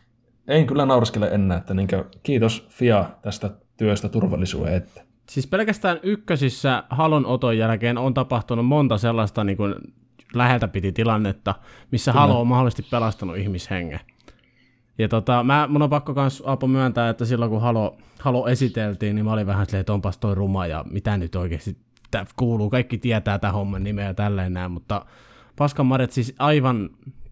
en kyllä nauraskele enää, että niin kiitos F I A tästä työstä turvallisuuden eteen. Siis pelkästään ykkösissä Halon oton jälkeen on tapahtunut monta sellaista niin kuin läheltä piti tilannetta, missä kyllä. Halo on mahdollisesti pelastanut ihmishengen. Ja tota, mä, mun on pakko kans Aapo myöntää, että silloin kun Halo, Halo esiteltiin, niin mä olin vähän silleen, että onpas toi ruma ja mitä nyt oikeasti tää kuuluu. Kaikki tietää tämän homman nimeä ja tälleen näin, mutta paskan Maret siis aivan,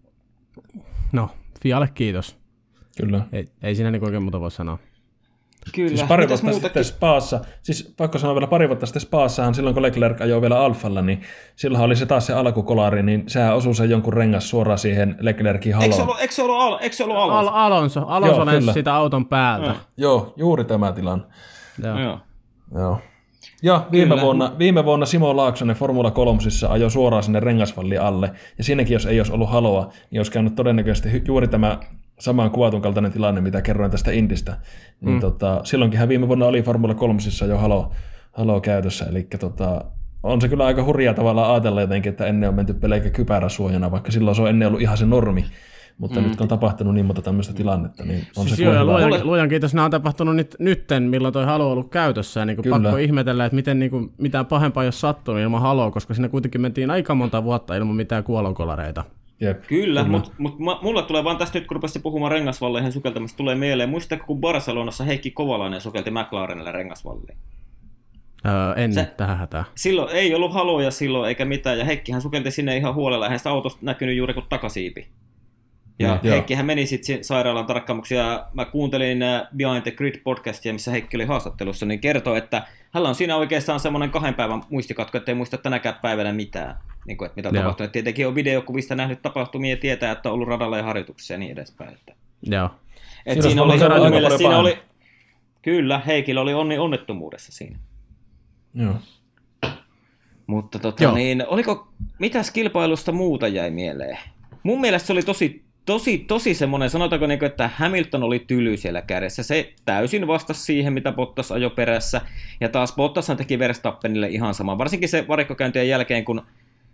no, Fialle kiitos. Kyllä. Ei, ei siinä niin oikein muuta voi sanoa. Kyllä. Siis pari vuotta muutakin? sitten Spaassa, siis pakko sanoa vielä pari vuotta sitten Spaassahan, silloin kun Leclerc ajoi vielä Alfalla, niin silloinhan oli se taas se alkukolari, niin sehän osui se jonkun rengas suoraan siihen Leclercin haloon. Eikö se ollut, eikö se ollut, Al, eikö se ollut Alonso? Al, Alonso, Alonso lensi sitä auton päältä. Ja. Joo, juuri tämä tilanne. Joo. Joo. Joo. Ja viime vuonna, viime vuonna Simo Laaksonen Formula kolmosissa ajoi suoraan sinne rengasvallin alle, ja siinäkin jos ei olisi ollut Haloa, niin olisi käynyt todennäköisesti juuri tämä samaan kuvatun kaltainen tilanne, mitä kerroin tästä Indistä. Niin mm. tota, silloinkinhan viime vuonna oli Formula kolmosissa jo Halo, Halo käytössä, eli tota, on se kyllä aika hurjaa tavallaan ajatella jotenkin, että ennen on menty pelkkä kypäräsuojana, vaikka silloin se on ennen ollut ihan se normi. Mutta mm. nyt kun on tapahtunut niin monta tämmöistä tilannetta, niin on siis se joo, luojan, luojan kiitos, nämä on tapahtunut nyt, nytten, milloin toi Halo on ollut käytössä. Ja niin pakko ihmetellä, että miten niin kuin, mitään pahempaa ei ole sattunut ilman Haloa, koska siinä kuitenkin mentiin aika monta vuotta ilman mitään kuolonkolareita. Jep, kyllä, mutta mut, mulle tulee vaan tästä nyt, kun rupesi puhumaan rengasvalleihin sukeltamista, tulee mieleen. Muistatko, kun Barcelonassa Heikki Kovalainen sukelti McLarenille rengasvalliin? Öö, en Se, tähän hätään. Silloin ei ollut haloja silloin eikä mitään, ja Heikkihän sukelti sinne ihan huolella, eihän sitä autosta näkynyt juuri kuin takasiipi. Ja no, Heikkihän meni sitten sairaalan tarkkaamuksiin, ja mä kuuntelin Behind the Grid-podcastia, missä Heikki oli haastattelussa, niin kertoi, että hänellä on siinä oikeastaan semmoinen kahden päivän muistikatko, ettei muista tänäkään päivänä mitään, niin kuin, että mitä on Joo. tapahtunut. Tietenkin on videokuvista nähnyt tapahtumia ja tietää, että on ollut radalla ja harjoituksessa ja niin edespäin. Että. Joo. Et siinä oli, oli, mielestä, siinä oli, kyllä, Heikillä oli onni onnettomuudessa siinä. Joo. Mutta tota, niin, oliko, mitäs kilpailusta muuta jäi mieleen? Mun mielestä se oli tosi, tosi, tosi semmoinen, sanotaanko niin, että Hamilton oli tyly siellä kärjessä. Se täysin vastasi siihen, mitä Bottas ajoi perässä. Ja taas Bottashan teki Verstappenille ihan sama. Varsinkin se varikkokäyntien jälkeen, kun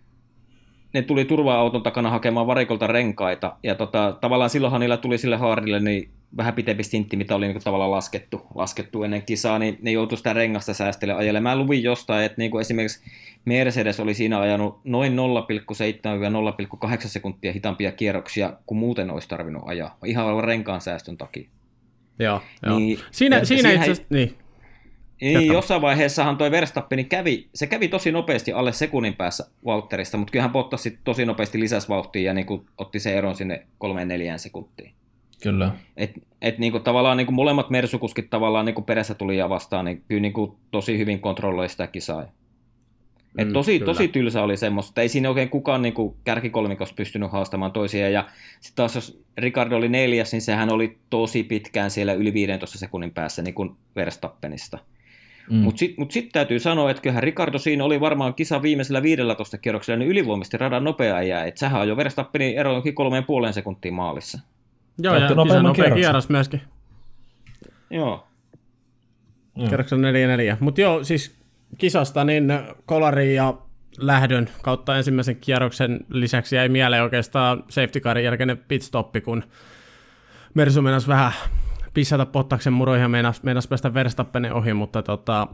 ne tuli turva-auton takana hakemaan varikolta renkaita. Ja tota, tavallaan silloinhan niillä tuli sille haarille niin vähän pitempi stintti, mitä oli niin tavallaan laskettu, laskettu ennen kisaa, niin ne joutui sitä rengasta säästelemään ajelemaan. Mä luvin jostain, että niin kuin esimerkiksi Mercedes oli siinä ajanut noin nolla pilkku seitsemän nolla pilkku kahdeksan sekuntia hitaampia kierroksia, kuin muuten olisi tarvinnut ajaa. Ihan aivan renkaan säästön takia. Joo, niin, joo. Siinä, siinä itse asiassa, niin. Niin, jossain vaiheessahan toi Verstappen kävi, se kävi tosi nopeasti alle sekunnin päässä Valtterista, mutta kyllähän Bottas sitten tosi nopeasti lisäsi vauhtia ja niin kuin otti se eron sinne kolmeen neljään sekuntiin. Kyllä. Et, et niinku tavallaan niinku molemmat mersukuskit tavallaan niinku perässä tuli ja vastaan, niin kyllä niinku tosi hyvin kontrolloi sitä kisaa. Et tosi, mm, tosi tylsä oli semmoista, että ei siinä oikein kukaan niinku kärkikolmikossa pystynyt haastamaan toisia. Ja sitten taas jos Ricardo oli neljäs, niin sehän oli tosi pitkään siellä yli viidentoista sekunnin päässä niin kuin Verstappenista. Mm. Mutta sitten mut sit täytyy sanoa, että kyllähän Ricardo siinä oli varmaan kisa viimeisellä viidellätoista kierroksella niin ylivoimasti radan nopea jää. Että sähän ajoi Verstappenin ero jonkin kolmeen puoleen sekuntiin maalissa. Joo, ja kisa nopea kierros myöskin. Joo. Kierroksella neljä neljä. Mutta joo, siis kisasta niin kolari ja lähdön kautta ensimmäisen kierroksen lisäksi jäi mieleen oikeastaan safety carin jälkeinen pitstoppi, kun Mersu meinasi vähän pissata Bottaksen muroihin ja meinasi, meinasi päästä Verstappenin ohi, mutta tota,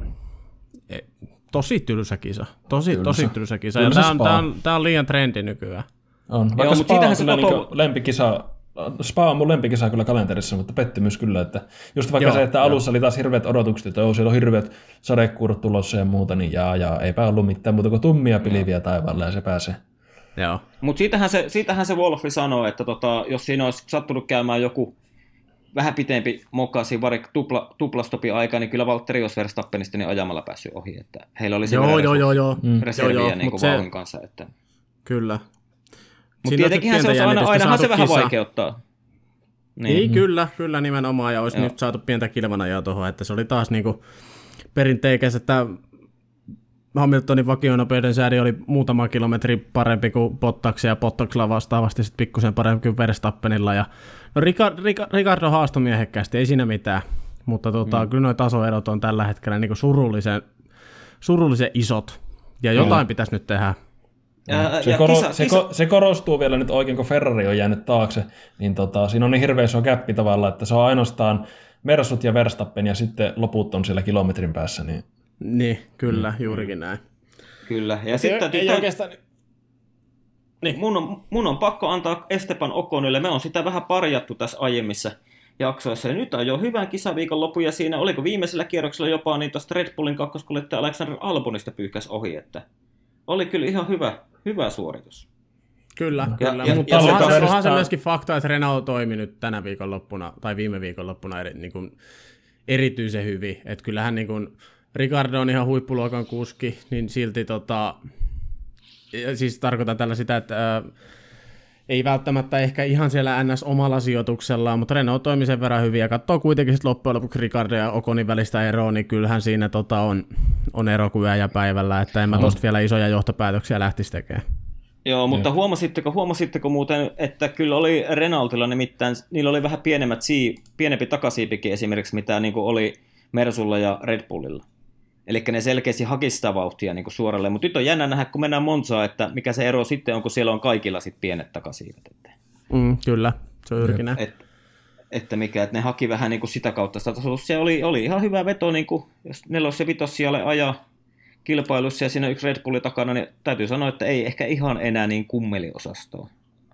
tosi tylsä kisa. Tosi tylsä, tosi tylsä kisa. Ja tämä on, tää on, tää on liian trendi nykyään. On. Vaikka Joo, Spa on kyllä niin lempikisa. Spa on mun lempikisa kyllä kalenterissa, mutta pettymys kyllä, että just vaikka Joo, se, että alussa jo. oli taas hirveät odotukset, että joo, siellä on hirveät sadekuurot tulossa ja muuta, niin jaa, jaa, eipä ollut mitään muuta kuin tummia pilviä taivaalla ja se pääsee. Joo. Mutta siitähän se, siitähän se Wolfi sanoo, että tota, jos siinä olisi sattunut käymään joku vähän pitempi mokasi vaikka tupla, tuplastopin aika, niin kyllä Valtteri olisi Verstappenista niin ajamalla päässyt ohi, että heillä oli se joo, joo, joo, joo. reserviä joo, joo, niin kuin se... vauhin kanssa. Että... Kyllä. Mutta tietenkinhän se olisi aina, ainahan se vähän vaikeuttaa. Niin. Niin, kyllä, kyllä nimenomaan, ja olisi Joo. nyt saatu pientä kilvanajaa tuohon, että se oli taas niinku perinteikäs, että Hamiltonin vakionopeuden säädi oli muutama kilometri parempi kuin Bottaksen, ja Bottaksella vastaavasti sitten pikkusen parempi kuin Verstappenilla, ja no Rica- Rica- Ricardo haastoi miehekkäästi, ei siinä mitään, mutta tota, mm. kyllä nuo tasoerot on tällä hetkellä niinku surullisen, surullisen isot, ja jotain mm. pitäisi nyt tehdä. Ja, se, ja koro, kisa, se, kisa. se korostuu vielä nyt oikein, kun Ferrari on jäänyt taakse, niin tota, siinä on niin hirveä iso gäppi tavallaan, että se on ainoastaan Mersut ja Verstappen ja sitten loput on siellä kilometrin päässä. Niin, niin kyllä, mm. juurikin näin. Kyllä, ja sitten ei, ei oikeastaan... niin. mun, on, mun on pakko antaa Esteban Oconille, me on sitä vähän parjattu tässä aiemmissa jaksoissa, ja nyt on jo hyvän kisaviikonloppu, ja siinä oliko viimeisellä kierroksella jopa niin tuosta Red Bullin kakkoskuljettaja Alexander Albonista pyyhkäs ohi, että oli kyllä ihan hyvä, hyvä suoritus. Kyllä, ja, kyllä. Ja, mutta ja onhan, se, onhan se myöskin fakta, että Renault toimi nyt tänä viikonloppuna tai viime viikonloppuna eri, niin kuin erityisen hyvin. Että kyllähän niin kuin Ricardo on ihan huippuluokan kuski, niin silti tota, siis tarkoitan tällä sitä, että ää, ei välttämättä ehkä ihan siellä N S omalla sijoituksellaan, mutta Renault toimi sen verran hyvin ja katsoo kuitenkin sitten loppujen lopuksi Ricardo ja Oconin välistä eroa, niin kyllähän siinä tota on, on ero kuin yö ja päivällä, että en mä tosta vielä isoja johtopäätöksiä lähtisi tekemään. Joo, mutta huomasitteko, huomasitteko muuten, että kyllä oli Renaultilla nimittäin, niillä oli vähän pienemmät sii, pienempi takasiipikin esimerkiksi, mitä niin kuin oli Mersulla ja Red Bullilla. Eli ne selkeästi haki sitä vauhtia niin kuin suoralle, mutta nyt on jännä nähdä, kun mennään Monzaan, että mikä se ero sitten on, kun siellä on kaikilla sit pienet takasiivet. Mm, kyllä, se on juurikin näin. Et, että mikä, että ne haki vähän niin kuin sitä kautta sitä tasoitusta. Se oli, oli ihan hyvä veto, niin kuin, jos nelos- ja vitossijalle ajaa kilpailussa ja siinä yksi Red Bulli takana, niin täytyy sanoa, että ei ehkä ihan enää niin kummeliosastoa.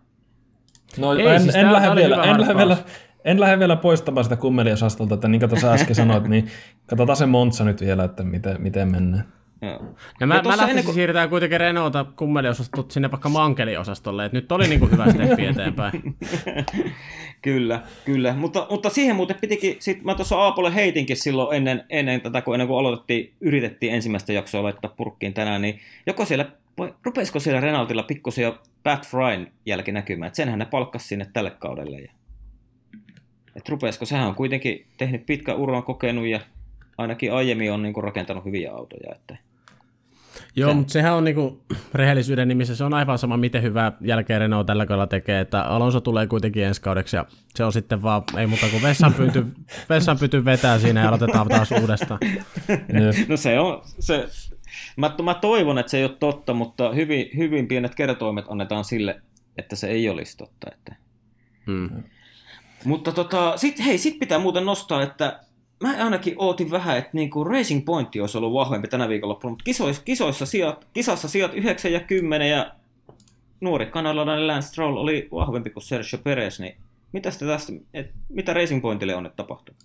No ei, en, siis en, lähde vielä, en, lähde vielä, en lähde vielä poistamaan sitä kummeliosastolta, että niin kuin tuossa äsken sanoit, niin katsotaan se Monza nyt vielä, että miten, miten mennään. Joo. Ja mä, mä lähtisin kuin... siirtää kuitenkin Renaulta kummeliosastot sinne vaikka mankeliosastolle, että nyt oli niin kuin hyvä steppi eteenpäin. Kyllä, kyllä. Mutta, mutta siihen muuten pitikin, sit mä tuossa Aapolle heitinkin silloin ennen, ennen tätä, kun ennen kuin aloitettiin, yritettiin ensimmäistä jaksoa laittaa purkkiin tänään, niin joko siellä, rupesiko siellä Renaultilla pikkusia Pat Fryn jälkinäkymään, että senhän ne palkkasi sinne tälle kaudelle. Ja... että rupesiko, sehän on kuitenkin tehnyt pitkän uran kokenut ja ainakin aiemmin on niin kuin rakentanut hyviä autoja. Että... Joo, se... mutta sehän on niinku rehellisyyden nimissä, se on aivan sama, miten hyvää jälkeä Renault tällä kaudella tekee, että Alonso tulee kuitenkin ensi kaudeksi ja se on sitten vaan, ei muuta kuin vessanpyyty, vessanpyyty vetää siinä ja aloitetaan taas uudestaan. No se on, se, mä, mä toivon, että se ei ole totta, mutta hyvin, hyvin pienet kertoimet annetaan sille, että se ei olisi totta. Että... Hmm. Mutta tota, sit, hei, sit pitää muuten nostaa, että mä ainakin ootin vähän, että niinku Racing Point olisi ollut vahvempi tänä viikonloppuna, mutta kisoissa, kisoissa sijat, kisassa sijat yhdeksän ja kymmenen ja nuori kanadalainen Lance Stroll oli vahvempi kuin Sergio Perez, niin mitäs te tästä, et, mitä Racing Pointille on nyt tapahtunut?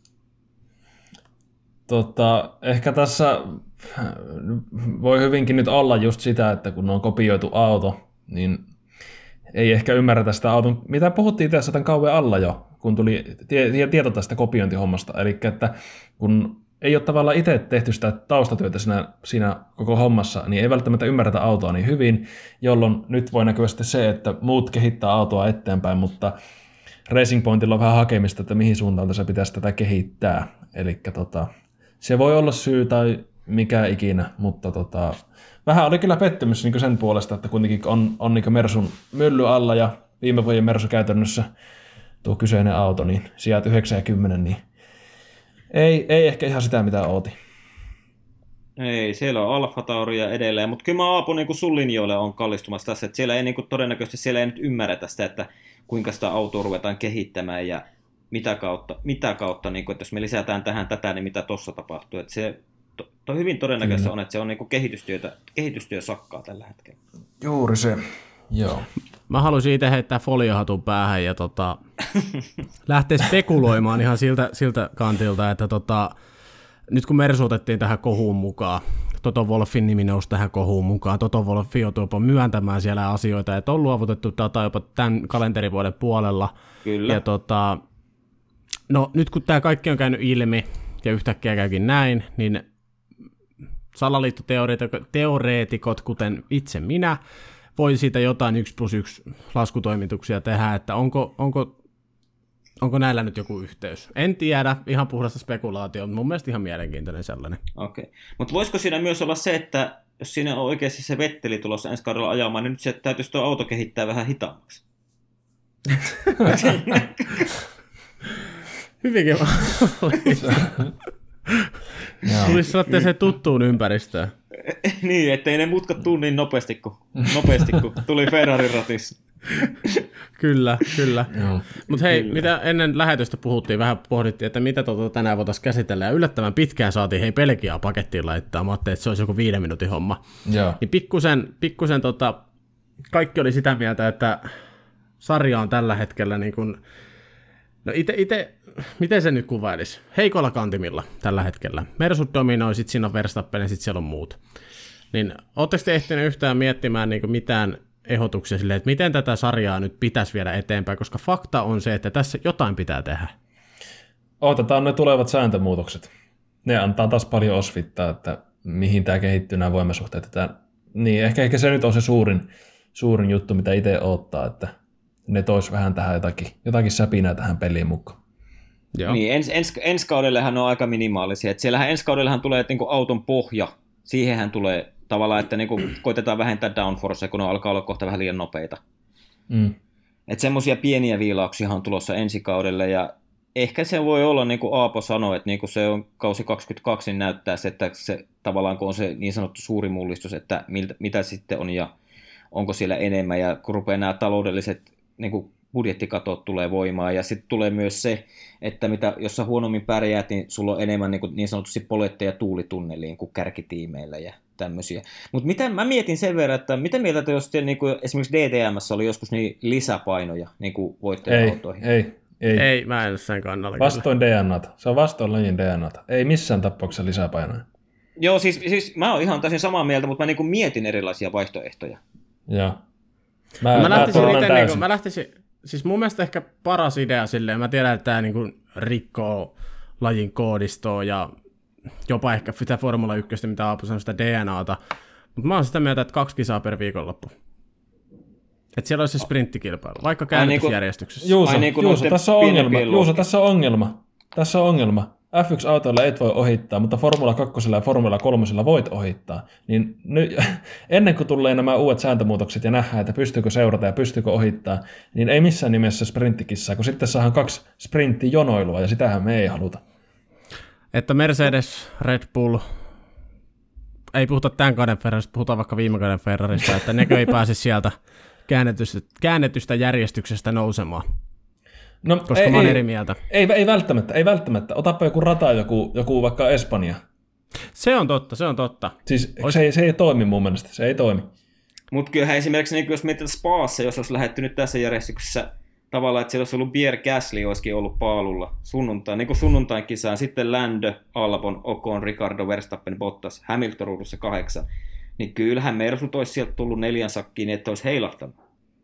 Tota, ehkä tässä voi hyvinkin nyt olla just sitä, että kun on kopioitu auto, niin ei ehkä ymmärretä sitä auton, mitä puhuttiin tässä tämän kauan alla jo, kun tuli tie- tieto tästä kopiointihommasta, eli että kun ei ole tavallaan itse tehty sitä taustatyötä siinä, siinä koko hommassa, niin ei välttämättä ymmärretä autoa niin hyvin, jolloin nyt voi näkyä sitten se, että muut kehittää autoa eteenpäin, mutta Racing Pointilla on vähän hakemista, että mihin suuntaan se pitäisi tätä kehittää, eli tota, se voi olla syy tai mikä ikinä, mutta tota, vähän oli kyllä pettymys niin sen puolesta, että kuitenkin on, on niin Mersun mylly alla ja viime vuoden Mersu käytännössä tuo kyseinen auto, niin sijat yhdeksän ja kymmenen, niin ei, ei ehkä ihan sitä, mitä ootin. Ei, siellä on Alfa Tauria edelleen, mutta kyllä mä Aapo niin kuin sun linjoille on kallistumassa tässä, että siellä ei niin kuin, todennäköisesti siellä ei nyt ymmärretä sitä, että kuinka sitä autoa ruvetaan kehittämään ja mitä kautta, mitä kautta niin kuin, että jos me lisätään tähän tätä, niin mitä tuossa tapahtuu. Että se to, to hyvin todennäköistä on, että se on niin kuin kehitystyötä, kehitystyö sakkaa tällä hetkellä. Juuri se, joo. Mä haluaisin itse heittää foliohatun päähän ja tota, lähteä spekuloimaan ihan siltä, siltä kantilta, että tota, nyt kun Mersu otettiin tähän kohuun mukaan, Toto Wolffin nimi nousi tähän kohuun mukaan, Toto Wolff joutui jopa myöntämään siellä asioita, että on luovutettu data jopa tämän kalenterivuoden puolella. Kyllä. Ja tota, no nyt kun tämä kaikki on käynyt ilmi ja yhtäkkiä käykin näin, niin salaliittoteoreetikot, kuten itse minä, voi siitä jotain yksi plus yksi laskutoimituksia tehdä, että onko, onko, onko näillä nyt joku yhteys. En tiedä, ihan puhdasta spekulaatio, mutta mun mielestä ihan mielenkiintoinen sellainen. Okei, okay. Mutta voisiko siinä myös olla se, että jos siinä on oikeasti se Vetteli tulossa ensi kaudella ajamaan, niin nyt se täytyisi tuo auto kehittää vähän hitaammaksi. Hyvinkin tulisi saattaa se tuttuun ympäristöön. Niin, ettei ne mutkat tuu niin nopeasti kuin, nopeasti kuin tuli Ferrarin ratissa. Kyllä, kyllä. Mutta hei, kyllä. Mitä ennen lähetystä puhuttiin, vähän pohdittiin, että mitä tuota tänään voitaisiin käsitellä, ja yllättävän pitkään saatiin hei Belgiaa pakettiin laittaa. Mä ajattelin, että se olisi joku viiden minuutin homma. Joo. Niin pikkusen, pikkusen tota, kaikki oli sitä mieltä, että sarja on tällä hetkellä niin kuin, no ite, ite, miten se nyt kuvailisi? Heikolla kantimilla tällä hetkellä. Mersu dominoi, sitten siinä on Verstappen ja sitten siellä on muut. Niin ootteko te ehtineet yhtään miettimään niin kuin mitään ehdotuksia silleen, että miten tätä sarjaa nyt pitäisi viedä eteenpäin, koska fakta on se, että tässä jotain pitää tehdä. Otetaan ne tulevat sääntömuutokset. Ne antaa taas paljon osvittaa, että mihin tämä kehittyy nämä voimasuhteet. Tämä, niin ehkä, ehkä se nyt on se suurin, suurin juttu, mitä itse odottaa, että ne tois vähän tähän jotakin, jotakin säpinää tähän peliin mukaan. Joo. Niin, ens, ens, ensi kaudellehan on aika minimaalisia. Että siellähän ensi kaudellahan tulee että niinku auton pohja, siihenhän tulee tavallaan, että niinku koitetaan vähentää downforcea, kun ne alkaa olla kohta vähän liian nopeita. Mm. Että semmoisia pieniä viilauksia on tulossa ensi kaudelle, ja ehkä se voi olla, niin kuin Aapo sanoi, että niin kuin se on kausi kaksikymmentäkaksi, niin näyttää se, että se tavallaan kun on se niin sanottu suuri mullistus, että miltä, mitä sitten on ja onko siellä enemmän, ja kun rupeaa nämä taloudelliset niin kuin budjettikatot tulee voimaan, ja sitten tulee myös se, että mitä, jos sä huonommin pärjäät, niin sulla on enemmän niin, kuin niin sanotusti poletteja tuulitunneliin kuin kärkitiimeillä ja tämmöisiä. Mutta mitä mä mietin sen verran, että mitä mieltä te jos niin kuin esimerkiksi D T M:ssä oli joskus niin lisäpainoja niin kuin voittaja-autoihin? Ei, ei, ei. Ei, mä en ole sen kannalla. Vastoin D N A:ta. Se on vastoin lajin D N A:ta. Ei missään tapauksessa lisäpainoja. Joo, siis, siis mä oon ihan täysin samaa mieltä, mutta mä niin kuin mietin erilaisia vaihtoehtoja. Joo. Mä, mä, lähtisin ite, niin kuin, mä lähtisin, siis mun mielestä ehkä paras idea silleen, mä tiedän, että tämä niin kuin rikkoo lajin koodistoa ja jopa ehkä sitä Formula yksi, mitä Aapo sanoi, sitä D N A:ta, mutta mä oon sitä mieltä, että kaksi kisaa per viikonloppu. Että siellä olisi se sprinttikilpailu, vaikka käännytysjärjestyksessä. Juuso, niin Juuso, tässä on ongelma. Juuso, tässä on ongelma. Tässä on ongelma. F yksi-autoilla et voi ohittaa, mutta Formula kaksi ja Formula kolme voit ohittaa. Niin nyt, ennen kuin tulee nämä uudet sääntömuutokset ja nähdään, että pystyykö seurata ja pystyykö ohittaa, niin ei missään nimessä sprinttikissaa, kun sitten saadaan kaksi sprinttijonoilua, ja sitähän me ei haluta. Että Mercedes, Red Bull, ei puhuta tämän kauden Ferrarista, puhutaan vaikka viime kauden Ferrarista, että nekö ei pääse sieltä käännetystä, käännetystä järjestyksestä nousemaan. No, koska ei, mä oon eri mieltä. Ei, ei välttämättä, ei välttämättä. Otapa joku rata, joku, joku vaikka Espanja. Se on totta, se on totta. Siis Ois... se, ei, se ei toimi mun mielestä, se ei toimi. Mutta kyllähän esimerkiksi, niin jos mietitään Spaassa, jos olisi lähdetty nyt tässä järjestyksessä tavallaan, että siellä olisi ollut Pierre Gasly, olisikin ollut paalulla sunnuntain, niin kuin sunnuntain kisaan, sitten Lando, Albon, Ocon, Ricardo, Verstappen, Bottas, Hamilton ruudussa kahdeksan, niin kyllähän Mersut olisi sieltä tullut neljän sakkiin, että olisi heilahtanut.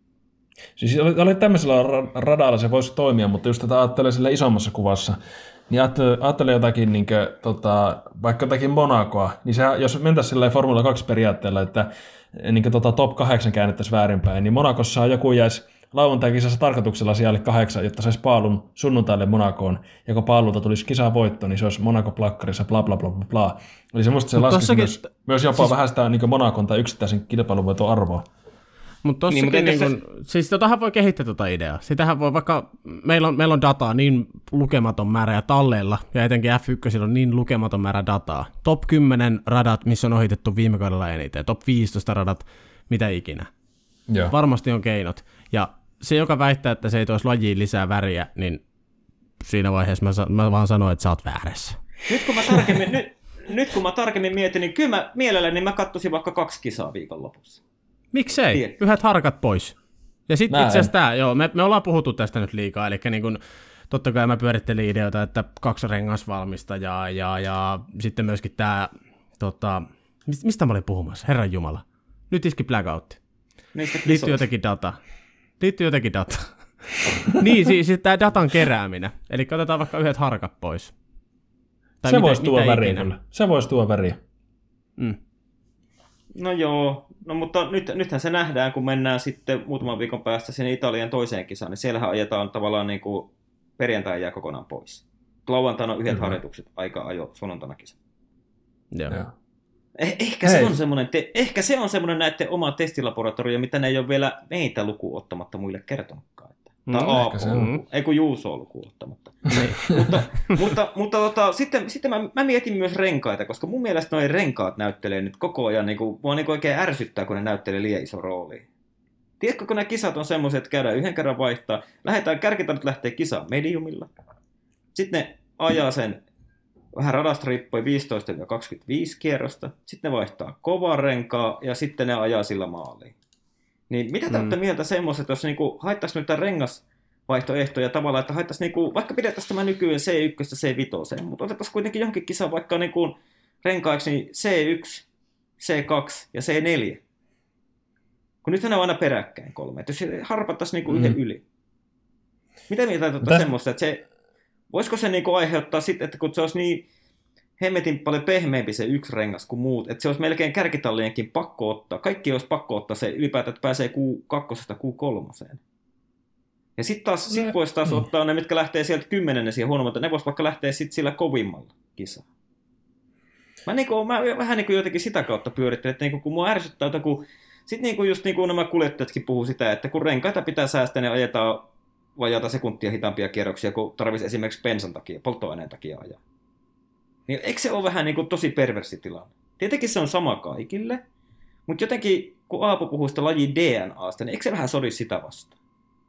Siis oli, oli tämmöisellä radalla se voisi toimia, mutta just tätä ajattelee sillä isommassa kuvassa, niin ajattelee jotakin, niin kuin, tota, vaikka jotakin Monacoa, niin se, jos mentäisiin sillä Formula kaksi periaatteella, että niin kuin, tota, top kahdeksan käännettäisiin väärinpäin, niin Monacossa joku jäisi lauantai-kisassa tarkoituksella sijalle kahdeksan, jotta saisi paalun sunnuntaille Monacoon, ja kun paalulta tulisi kisaa voitto, niin se olisi Monaco-plakkarissa bla bla bla bla bla. Eli semmoista se laskisi tossakin, myös, myös jopa siis... vähän sitä niin Monacon tai yksittäisen kilpailuvoiton arvoa. Mutta tossakin, niin, niin kun, siis totahan voi kehittää tuota ideaa. Sitähän voi vaikka, meillä on, meillä on dataa niin lukematon määrä ja talleilla, ja etenkin F yksi on niin lukematon määrä dataa. Top kymmenen radat, missä on ohitettu viime kaudella eniten, top viisitoista radat, mitä ikinä. Joo. Varmasti on keinot. Ja se, joka väittää, että se ei toisi lajiin lisää väriä, niin siinä vaiheessa mä, mä vaan sanoin, että sä oot väärässä. Nyt kun mä tarkemmin, nyt, nyt kun mä tarkemmin mietin, niin kyllä mä mielelläni mä katsoisin vaikka kaksi kisaa viikonlopussa. Miksei? Tiet. Yhdet harkat pois. Ja sitten itse asiassa tämä, joo, me, me ollaan puhuttu tästä nyt liikaa, eli niin kun, totta kai mä pyörittelin ideoita, että kaksi rengasvalmistajaa ja, ja sitten myöskin tämä, tota, mistä mä olin puhumassa, Herran Jumala. Nyt iski blackoutti. Liittyy jotenkin data. Liittyy jotenkin data. niin, siis, siis tämä datan kerääminen. Eli otetaan vaikka yhdet harkat pois. Tai se voisi tuoda väriä kyllä. Se voisi tuoda väriä. Mm. No joo, no mutta nyt, nythän se nähdään, kun mennään sitten muutaman viikon päästä sinne Italian toiseen kisaan, niin siellähän ajetaan tavallaan niin kuin perjantai jää kokonaan pois. Lauantaina on yhdet mm-hmm. harjoitukset, aika ajo, sunnuntaina kisa. Joo. Eh, ehkä, se on semmoinen te- ehkä se on semmoinen näiden oma testilaboratorio, mitä ne ei ole vielä meitä lukuun ottamatta muille kertonutkaan. Mm, tai Aapo, ei kun Juuso lukuun ottamatta. mutta mutta, mutta tota, sitten, sitten mä, mä mietin myös renkaita, koska mun mielestä noi renkaat näyttelee nyt koko ajan, niin kuin, mua niin kuin oikein ärsyttää, kun ne näyttelee liian iso rooli. Tiedätkö, kun nämä kisat on semmoiset, että käydään yhden kerran vaihtaa, lähdetään, kärkitään nyt lähtee kisaan mediumilla, sitten ne ajaa sen vähän radasta riippuen viisitoista kaksikymmentäviisi kierrosta, sitten ne vaihtaa kovan renkaa ja sitten ne ajaa sillä maaliin. Niin mitä te olette mm. mieltä semmoiset, jos niinku haittaisi nyt tämän rengasvaihtoehtoja tavallaan, että haittaisi niinku, vaikka pidettäisiin tämä nykyään C yksi C viisi, mutta otettaisiin kuitenkin johonkin kisaan vaikka niinku renkaiksi niin C yksi, C kaksi ja C neljä. Kun nythän ne on aina peräkkäin kolme, että jos harpattaisiin niinku mm. yhden yli. Mitä mieltä te olette semmoista, että se, voisiko se niinku aiheuttaa sitten, että kun se olisi niin hemmetin paljon pehmeämpi se yksi rengas kuin muut, että se olisi melkein kärkitallienkin pakko ottaa. Kaikki olisi pakko ottaa se ylipäätään, että pääsee Q kaksi Q kolme. Ja sitten taas, sit voisi taas mm. ottaa ne, mitkä lähtee sieltä kymmenennen siihen huonommalta, ne voisi vaikka lähteä sitten sillä kovimmalla kisaan. Mä, niinku, mä vähän niinku jotenkin sitä kautta pyörittelen, että niinku, kun mua ärsyttää, että kun sitten niinku just niinku nämä kuljettajatkin puhuu sitä, että kun renkaita pitää säästää, niin ajetaan vajata sekuntia hitaampia kierroksia, kun tarvitsisi esimerkiksi bensan takia, polttoaineen takia ajaa. Niin eikö se ole vähän niin kuin tosi perversi tilanne? Tietenkin se on sama kaikille, mutta jotenkin kun Aapo puhuu sitä lajin D N A:sta, niin eikö se vähän sodi sitä vastaan?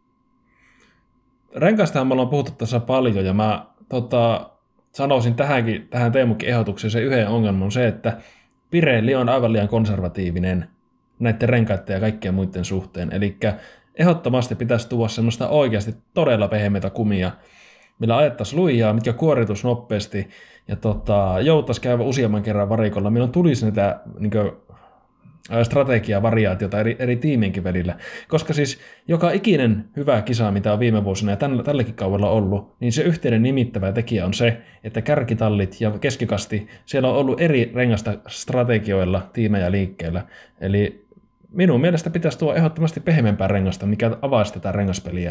Renkaastahan me ollaan puhuttu tässä paljon, ja mä tota, sanoisin tähänkin, tähän Teemukin ehdotukseen se yhden ongelman on se, että Pirelli on aivan liian konservatiivinen näiden renkaiden ja kaikkien muiden suhteen. Eli ehdottomasti pitäisi tuoda semmoista oikeasti todella pehmeitä kumia, millä ajettaisiin lujaa, mitkä kuoritus nopeasti, ja tota, joutaisiin käydä useamman kerran varikolla, milloin tulisi niitä niin kuin, strategiavariaatiota eri, eri tiimienkin välillä. Koska siis joka ikinen hyvä kisa, mitä on viime vuosina ja tällä, tälläkin kaudella ollut, niin se yhteinen nimittävä tekijä on se, että kärkitallit ja keskikasti, siellä on ollut eri rengasta strategioilla tiimejä liikkeellä. Eli minun mielestä pitäisi tuoda ehdottomasti pehmeämpää rengasta, mikä avaisi tätä rengaspeliä.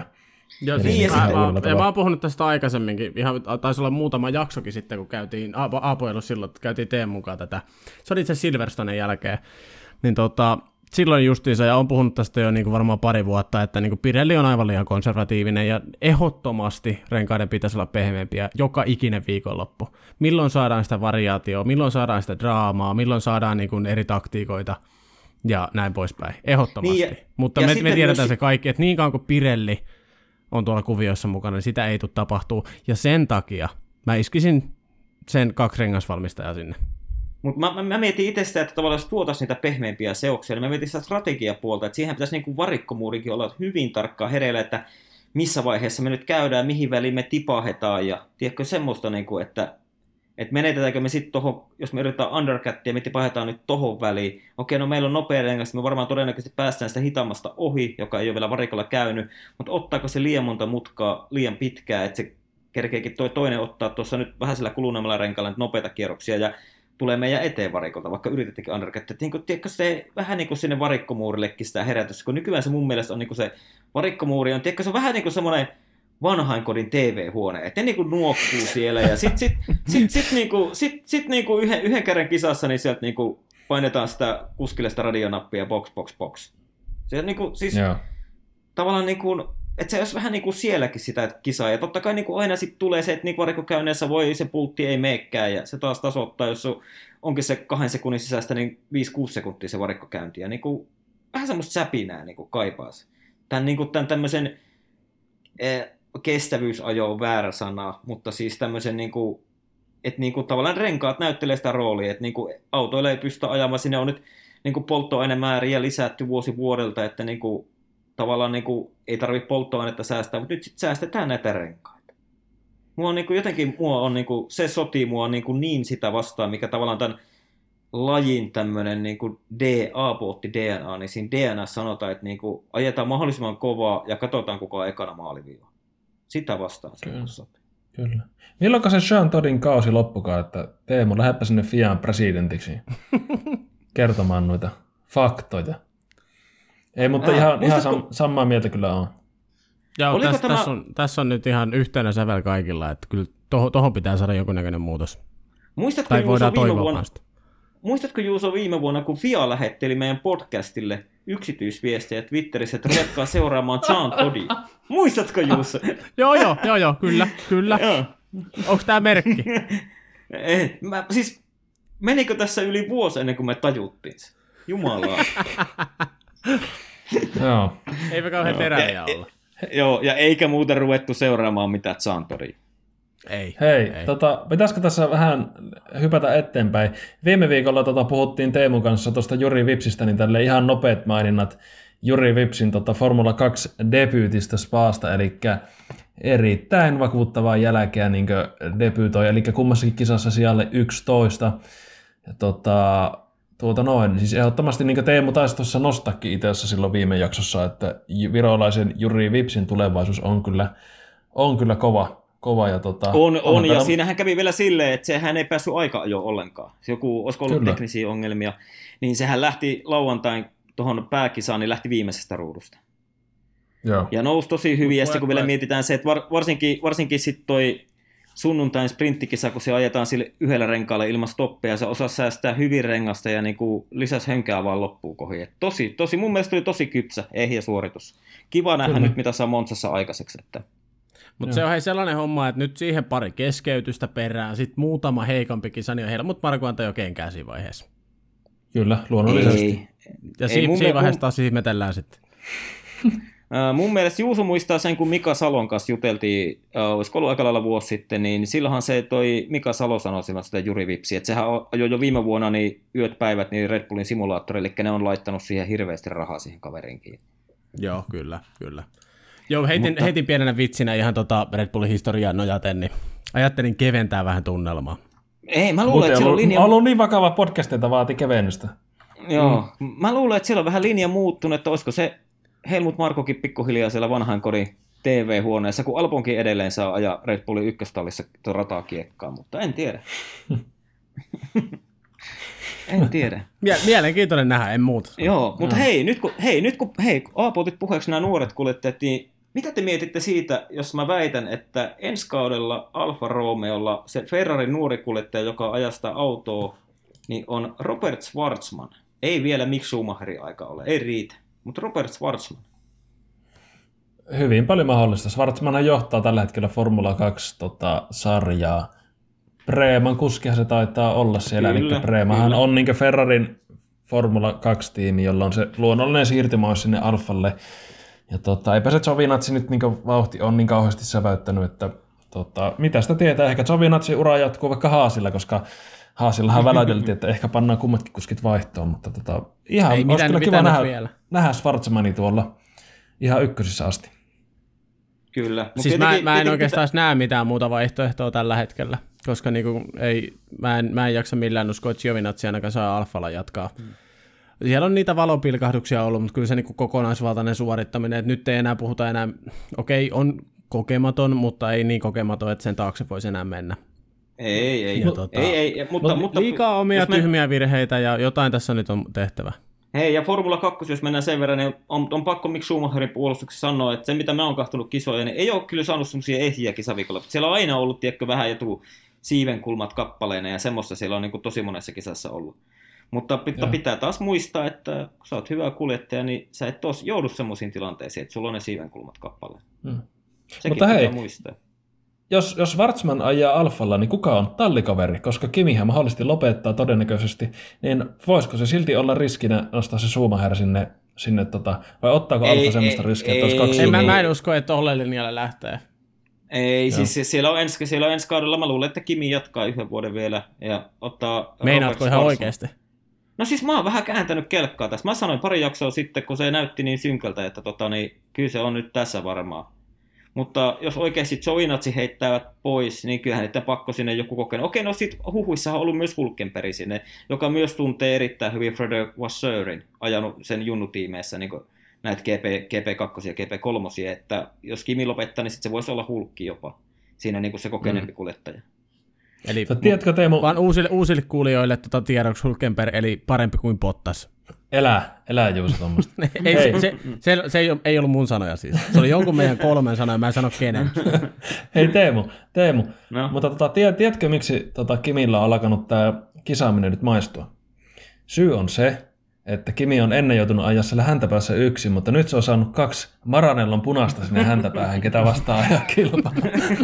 Joo, siis mä, mä, ja mä oon puhunut tästä aikaisemminkin, ihan taisi olla muutama jaksokin sitten, kun käytiin Aapoilu silloin, että käytiin Teemun mukaan tätä, se oli itse Silverstonen jälkeen, niin tota, silloin justiinsa, ja on puhunut tästä jo niin kuin varmaan pari vuotta, että niin kuin Pirelli on aivan liian konservatiivinen, ja ehdottomasti renkaiden pitäisi olla pehmeämpiä joka ikinen viikonloppu. Milloin saadaan sitä variaatioa, milloin saadaan sitä draamaa, milloin saadaan niin kuin eri taktiikoita, ja näin poispäin. Ehdottomasti. Niin, ja, mutta ja me, me tiedetään myös se kaikki, että niin kauan kuin Pirelli on tuolla kuvioissa mukana, niin sitä ei tule tapahtuu. Ja sen takia mä iskisin sen kaksi rengasvalmistajaa sinne. Mutta mä, mä, mä mietin itse sitä, että tavallaan jos tuotaisiin niitä pehmeämpiä seoksia, niin mä mietin sitä strategiapuolta, että siihen pitäisi niinku varikkomuurikin olla hyvin tarkkaan hereillä, että missä vaiheessa me nyt käydään, mihin väliin me tipahetaan, ja tiedätkö semmoista, niinku, että, että menetetäänkö me sitten tuohon, jos me yritetään undercuttia, me tipahetaan nyt tohon väliin, okei, no meillä on nopea rengas, me varmaan todennäköisesti päästään sitä hitaammasta ohi, joka ei ole vielä varikolla käynyt, mutta ottaako se liian monta mutkaa liian pitkään, että se kerkeekin toi toinen ottaa tuossa nyt vähän sillä kuluneemmalla renkaalla nopeita kierroksia, ja tulee meidän eteen varikolta, vaikka yritettekin undercuttia. Niin kuin, tiedätkö, se vähän niin kuin sinne varikkomuurillekin sitä herätys, kun nykyään se mun mielestä on niin kuin se varikkomuuri, on, tiedätkö, se on vähän niin kuin semmoinen vanhainkodin T V-huone, että ne niin kuin nuokkuu siellä, ja sitten sit, sit, sit, sit, niin kuin, sit, sit niin kuin yhden, yhden kerran kisassa, niin sieltä niin kuin painetaan sitä kuskille sitä radionappia, box, box, box. Se niin kuin, siis yeah. tavallaan niin kuin, että se olisi vähän niin kuin sielläkin sitä kisaa, ja totta kai niin kuin aina sitten tulee se, että niin varikkokäynneessä voi se pultti ei meekään, ja se taas tasoittaa, jos onkin se kahden sekunnin sisäistä, niin viisi kuusi sekuntia se varikkokäynti, ja niin kuin, vähän semmoista säpinää niin kuin kaipaa se. Tämän, niin kuin, tämän tämmöisen eh, kestävyysajo on väärä sana, mutta siis tämmöisen, niin kuin, että niin kuin, tavallaan renkaat näyttelee sitä roolia, että niin kuin, autoilla ei pystytä ajamaan, sinne on nyt niin kuin polttoainemääriä lisätty vuosi vuodelta, että niin kuin, tavallaan niin kuin, ei tarvitse polttoainetta säästää, mutta nyt sitten säästetään näitä renkaita. Mua on, niin kuin, jotenkin mua on, niin kuin, se sotii mua niin, kuin, niin sitä vastaan, mikä tavallaan tämän lajin tämmöinen niin kuin D A-pootti D N A, niin siinä D N A sanotaan, että niin kuin, ajetaan mahdollisimman kovaa ja katsotaan kukaan ekana maaliviiva. Sitä vastaan se Kyllä. sotii. Kyllä. Milloinko se Jean Todin kausi loppukaan, että Teemu, lähdepä sinne F I A:n presidentiksi kertomaan noita faktoja. Ei, mutta äh, ihan, ihan sam- samaa mieltä kyllä on. Joo, tässä, tämä... tässä, on, tässä on nyt ihan yhtenä sävel kaikilla, että kyllä tuohon toho pitää saada jonkunnäköinen muutos. Muistatko, tai Juuso, voidaan toivoa vuonna, vasta. Muistatko Juuso viime vuonna, kun F I A lähetteli meidän podcastille yksityisviestejä Twitterissä, että ruvetkaa seuraamaan Jean Todia? Muistatko, Juuso? joo, joo, joo, joo, kyllä, kyllä. Onko tämä merkki? Mä, siis, menikö tässä yli vuosi ennen kuin me tajuttiin se? Jumalaa. Joo. Eipä kauhean teräviä olla. Joo, ja eikä muuten ruvettu seuraamaan mitään Santoria. Ei. Hei, ei. Tota, pitäisikö tässä vähän hypätä eteenpäin? Viime viikolla tota, puhuttiin Teemun kanssa tuosta Juri Vipsistä, niin tälle ihan nopeat maininnat Juri Vipsin tota, Formula kaksi debyytistä Spaasta, eli erittäin vakuuttavaa jälkeä niin debyytoi, eli kummassakin kisassa sijalle yksitoista. Ja, tota, Tuota noin, siis ehdottomasti niin kuin Teemu taisi tuossa nostakin itse asiassa silloin viime jaksossa, että virolaisen Juri Vipsin tulevaisuus on kyllä, on kyllä kova. kova ja tota, on, on ja siinähän kävi vielä silleen, että sehän ei päässyt aika-ajoon ollenkaan. Joku, olisiko ollut kyllä. teknisiä ongelmia, niin sehän lähti lauantain tuohon pääkisaan, niin lähti viimeisestä ruudusta. Joo. Ja nousi tosi hyvin, ja sitten kun vielä mietitään se, että var, varsinkin, varsinkin sitten toi sunnuntain sprinttikisa, kun se ajetaan sille yhdellä renkaalla ilman stoppeja, se osaa säästää hyvin rengasta ja niinku lisäsi hönkää vaan loppuun kohin. Tosi, tosi, mun mielestä oli tosi kypsä, ehjä suoritus. Kiva nähdä Kyllä. nyt, mitä saa Monzassa aikaiseksi. Että... Mutta se on hei sellainen homma, että nyt siihen pari keskeytystä perään, sitten muutama heikompi kisa, niin on helpot Marko antaa jo kenkään siinä vaiheessa. Kyllä, luonnollisesti. Ei. Ja ei, siinä, siinä vaiheessa taas ihmetellään sitten. Uh, mun mielestä Juuso muistaa sen, kun Mika Salon kanssa juteltiin, uh, olisiko ollut aika lailla vuosi sitten, niin silloinhan se toi Mika Salo sanoi silloin sitä Juri Vipsiä, että sehän ajoi jo viime vuonna niin yöt päivät niin Red Bullin simulaattorille, eli ne on laittanut siihen hirveästi rahaa siihen kaverinkiin. Joo, kyllä, kyllä. Joo, heitin, Mutta... heitin pienenä vitsinä ihan tota Red Bullin historiaa nojaten, niin ajattelin keventää vähän tunnelmaa. Ei, mä luulen, että siellä on linja... On ollut niin vakava podcast, että vaati kevennystä. Joo, mm. mä luulen, että siellä on vähän linja muuttunut, että olisiko se Helmut Markokin pikkuhiljaa siellä vanhainkodin T V-huoneessa, kun Alponkin edelleen saa ajaa Red Bullin ykköstallissa ratakiekkaa, mutta en tiedä. en tiedä. Mie- mielenkiintoinen nähdä, en muuta. Joo, mutta no. hei, nyt kun, hei, nyt kun hei, A-pootit puheeksi nämä nuoret kuljettajat, niin mitä te mietitte siitä, jos mä väitän, että ensi kaudella Alfa Romeolla se Ferrarin nuori kuljettaja, joka ajasta autoa, niin on Robert Schwarzman. Ei vielä Mick Schumacherin aika ole, ei riitä, mutta Robert Schwarzman. Hyvin paljon mahdollista. Schwarzman johtaa tällä hetkellä Formula kaksi-sarjaa. Breeman kuskihan se taitaa olla siellä. Kyllä, eli Breemahan on niin Ferrarin Formula kaksi-tiimi, jolla on se luonnollinen siirtymäys sinne Alfalle. Ja tota, eipä se Giovinazzi nyt niin vauhti on niin kauheasti säväyttänyt, että tota, mitä sitä tietää. Ehkä Giovinazzi ura jatkuu vaikka Haasilla, koska Haasillahan väläyteltiin, että ehkä pannaan kummatkin kuskit vaihtoon. Mutta tota, ihan ei, olisi mitä, kyllä mitä kiva nähdä, vielä? nähdä Schwarzmani tuolla ihan ykkösissä asti. Kyllä. Mut siis tietenkin, mä, mä en tietenkin oikeastaan pitä... näe mitään muuta vaihtoehtoa tällä hetkellä, koska niinku ei, mä, en, mä en jaksa millään uskoa, että Giovinazzi ainakaan saa Alfalla jatkaa. Hmm. Siellä on niitä valopilkahduksia ollut, mutta kyllä se niinku kokonaisvaltainen suorittaminen, että nyt ei enää puhuta enää, okei, on kokematon, mutta ei niin kokematon, että sen taakse voisi enää mennä. Ei, ei, ja tota, ei, ei mutta, mutta, liikaa omia me... tyhmiä virheitä ja jotain tässä nyt on tehtävä. Hei, ja Formula kaksi, jos mennään sen verran, niin on, on pakko Mick Schumacherin puolustuksessa sanoa, että se mitä mä oon kahtonut kisoja, niin ei ole kyllä saanut semmoisia ehjiä kisaviikolla. Siellä on aina ollut, tiedätkö, vähän joku siivenkulmat kappaleina ja semmoista siellä on niin kuin tosi monessa kisassa ollut. Mutta pitää, pitää taas muistaa, että kun sä oot hyvä kuljettaja, niin sä et tos joudu semmoisiin tilanteisiin, että sulla on ne siivenkulmat kappaleen. Hmm. Sekin mutta pitää hei, muistaa. Jos, jos Schwarzman ajaa Alfalla, niin kuka on tallikaveri? Koska Kimihän mahdollisesti lopettaa todennäköisesti, niin voisiko se silti olla riskinä nostaa se Schumacher sinne, sinne tota, vai ottaako ei, Alfa semmoista riskiä, että olisi kaksi? Ei, mä, mä en usko, että tolle linjalle lähtee. Ei, siis, siis siellä, on ensi, siellä on ensi kaudella, mä luulen, että Kimi jatkaa yhden vuoden vielä ja ottaa... Meinaatko ihan oikeasti? No siis mä oon vähän kääntänyt kelkkaa tässä. Mä sanoin pari jaksoa sitten, kun se näytti niin synkältä, että tota, niin, kyllä se on nyt tässä varmaan. Mutta jos oikeasti Giovinazzi heittävät pois, niin kyllähän niiden pakko sinne joku kokenut. Okei, no sit huhuissa on ollut myös Hulkenberg sinne, joka myös tuntee erittäin hyvin Frédéric Vasseurin, ajanut sen junnutiimeissä niin näitä G P, G P kaksi ja G P kolme, että jos Kimi lopettaa, niin sit se voisi olla Hulkki jopa, siinä niin kuin se kokeneempi mm. kuljettaja. Eli Sä tiedätkö, Teemu... vaan uusille, uusille kuulijoille tota tiedoksi Hulkenberg, eli parempi kuin Bottas. Elää, elää Juuso tuommoista. ei, se, se, se, se ei, ei ollut mun sanoja siis. Se oli jonkun meidän kolmen sanoja, mä en sano kenen. Hei Teemu, Teemu. No. Mutta tota, tiedätkö miksi tota, Kimillä on alkanut tämä kisaaminen nyt maistua? Syy on se, että Kimi on ennen joutunut ajaa siellä häntäpäässä yksin, mutta nyt se on saanut kaksi Maranellon punaista sinne häntäpäähän, ketä vastaan ajaa kilpaa.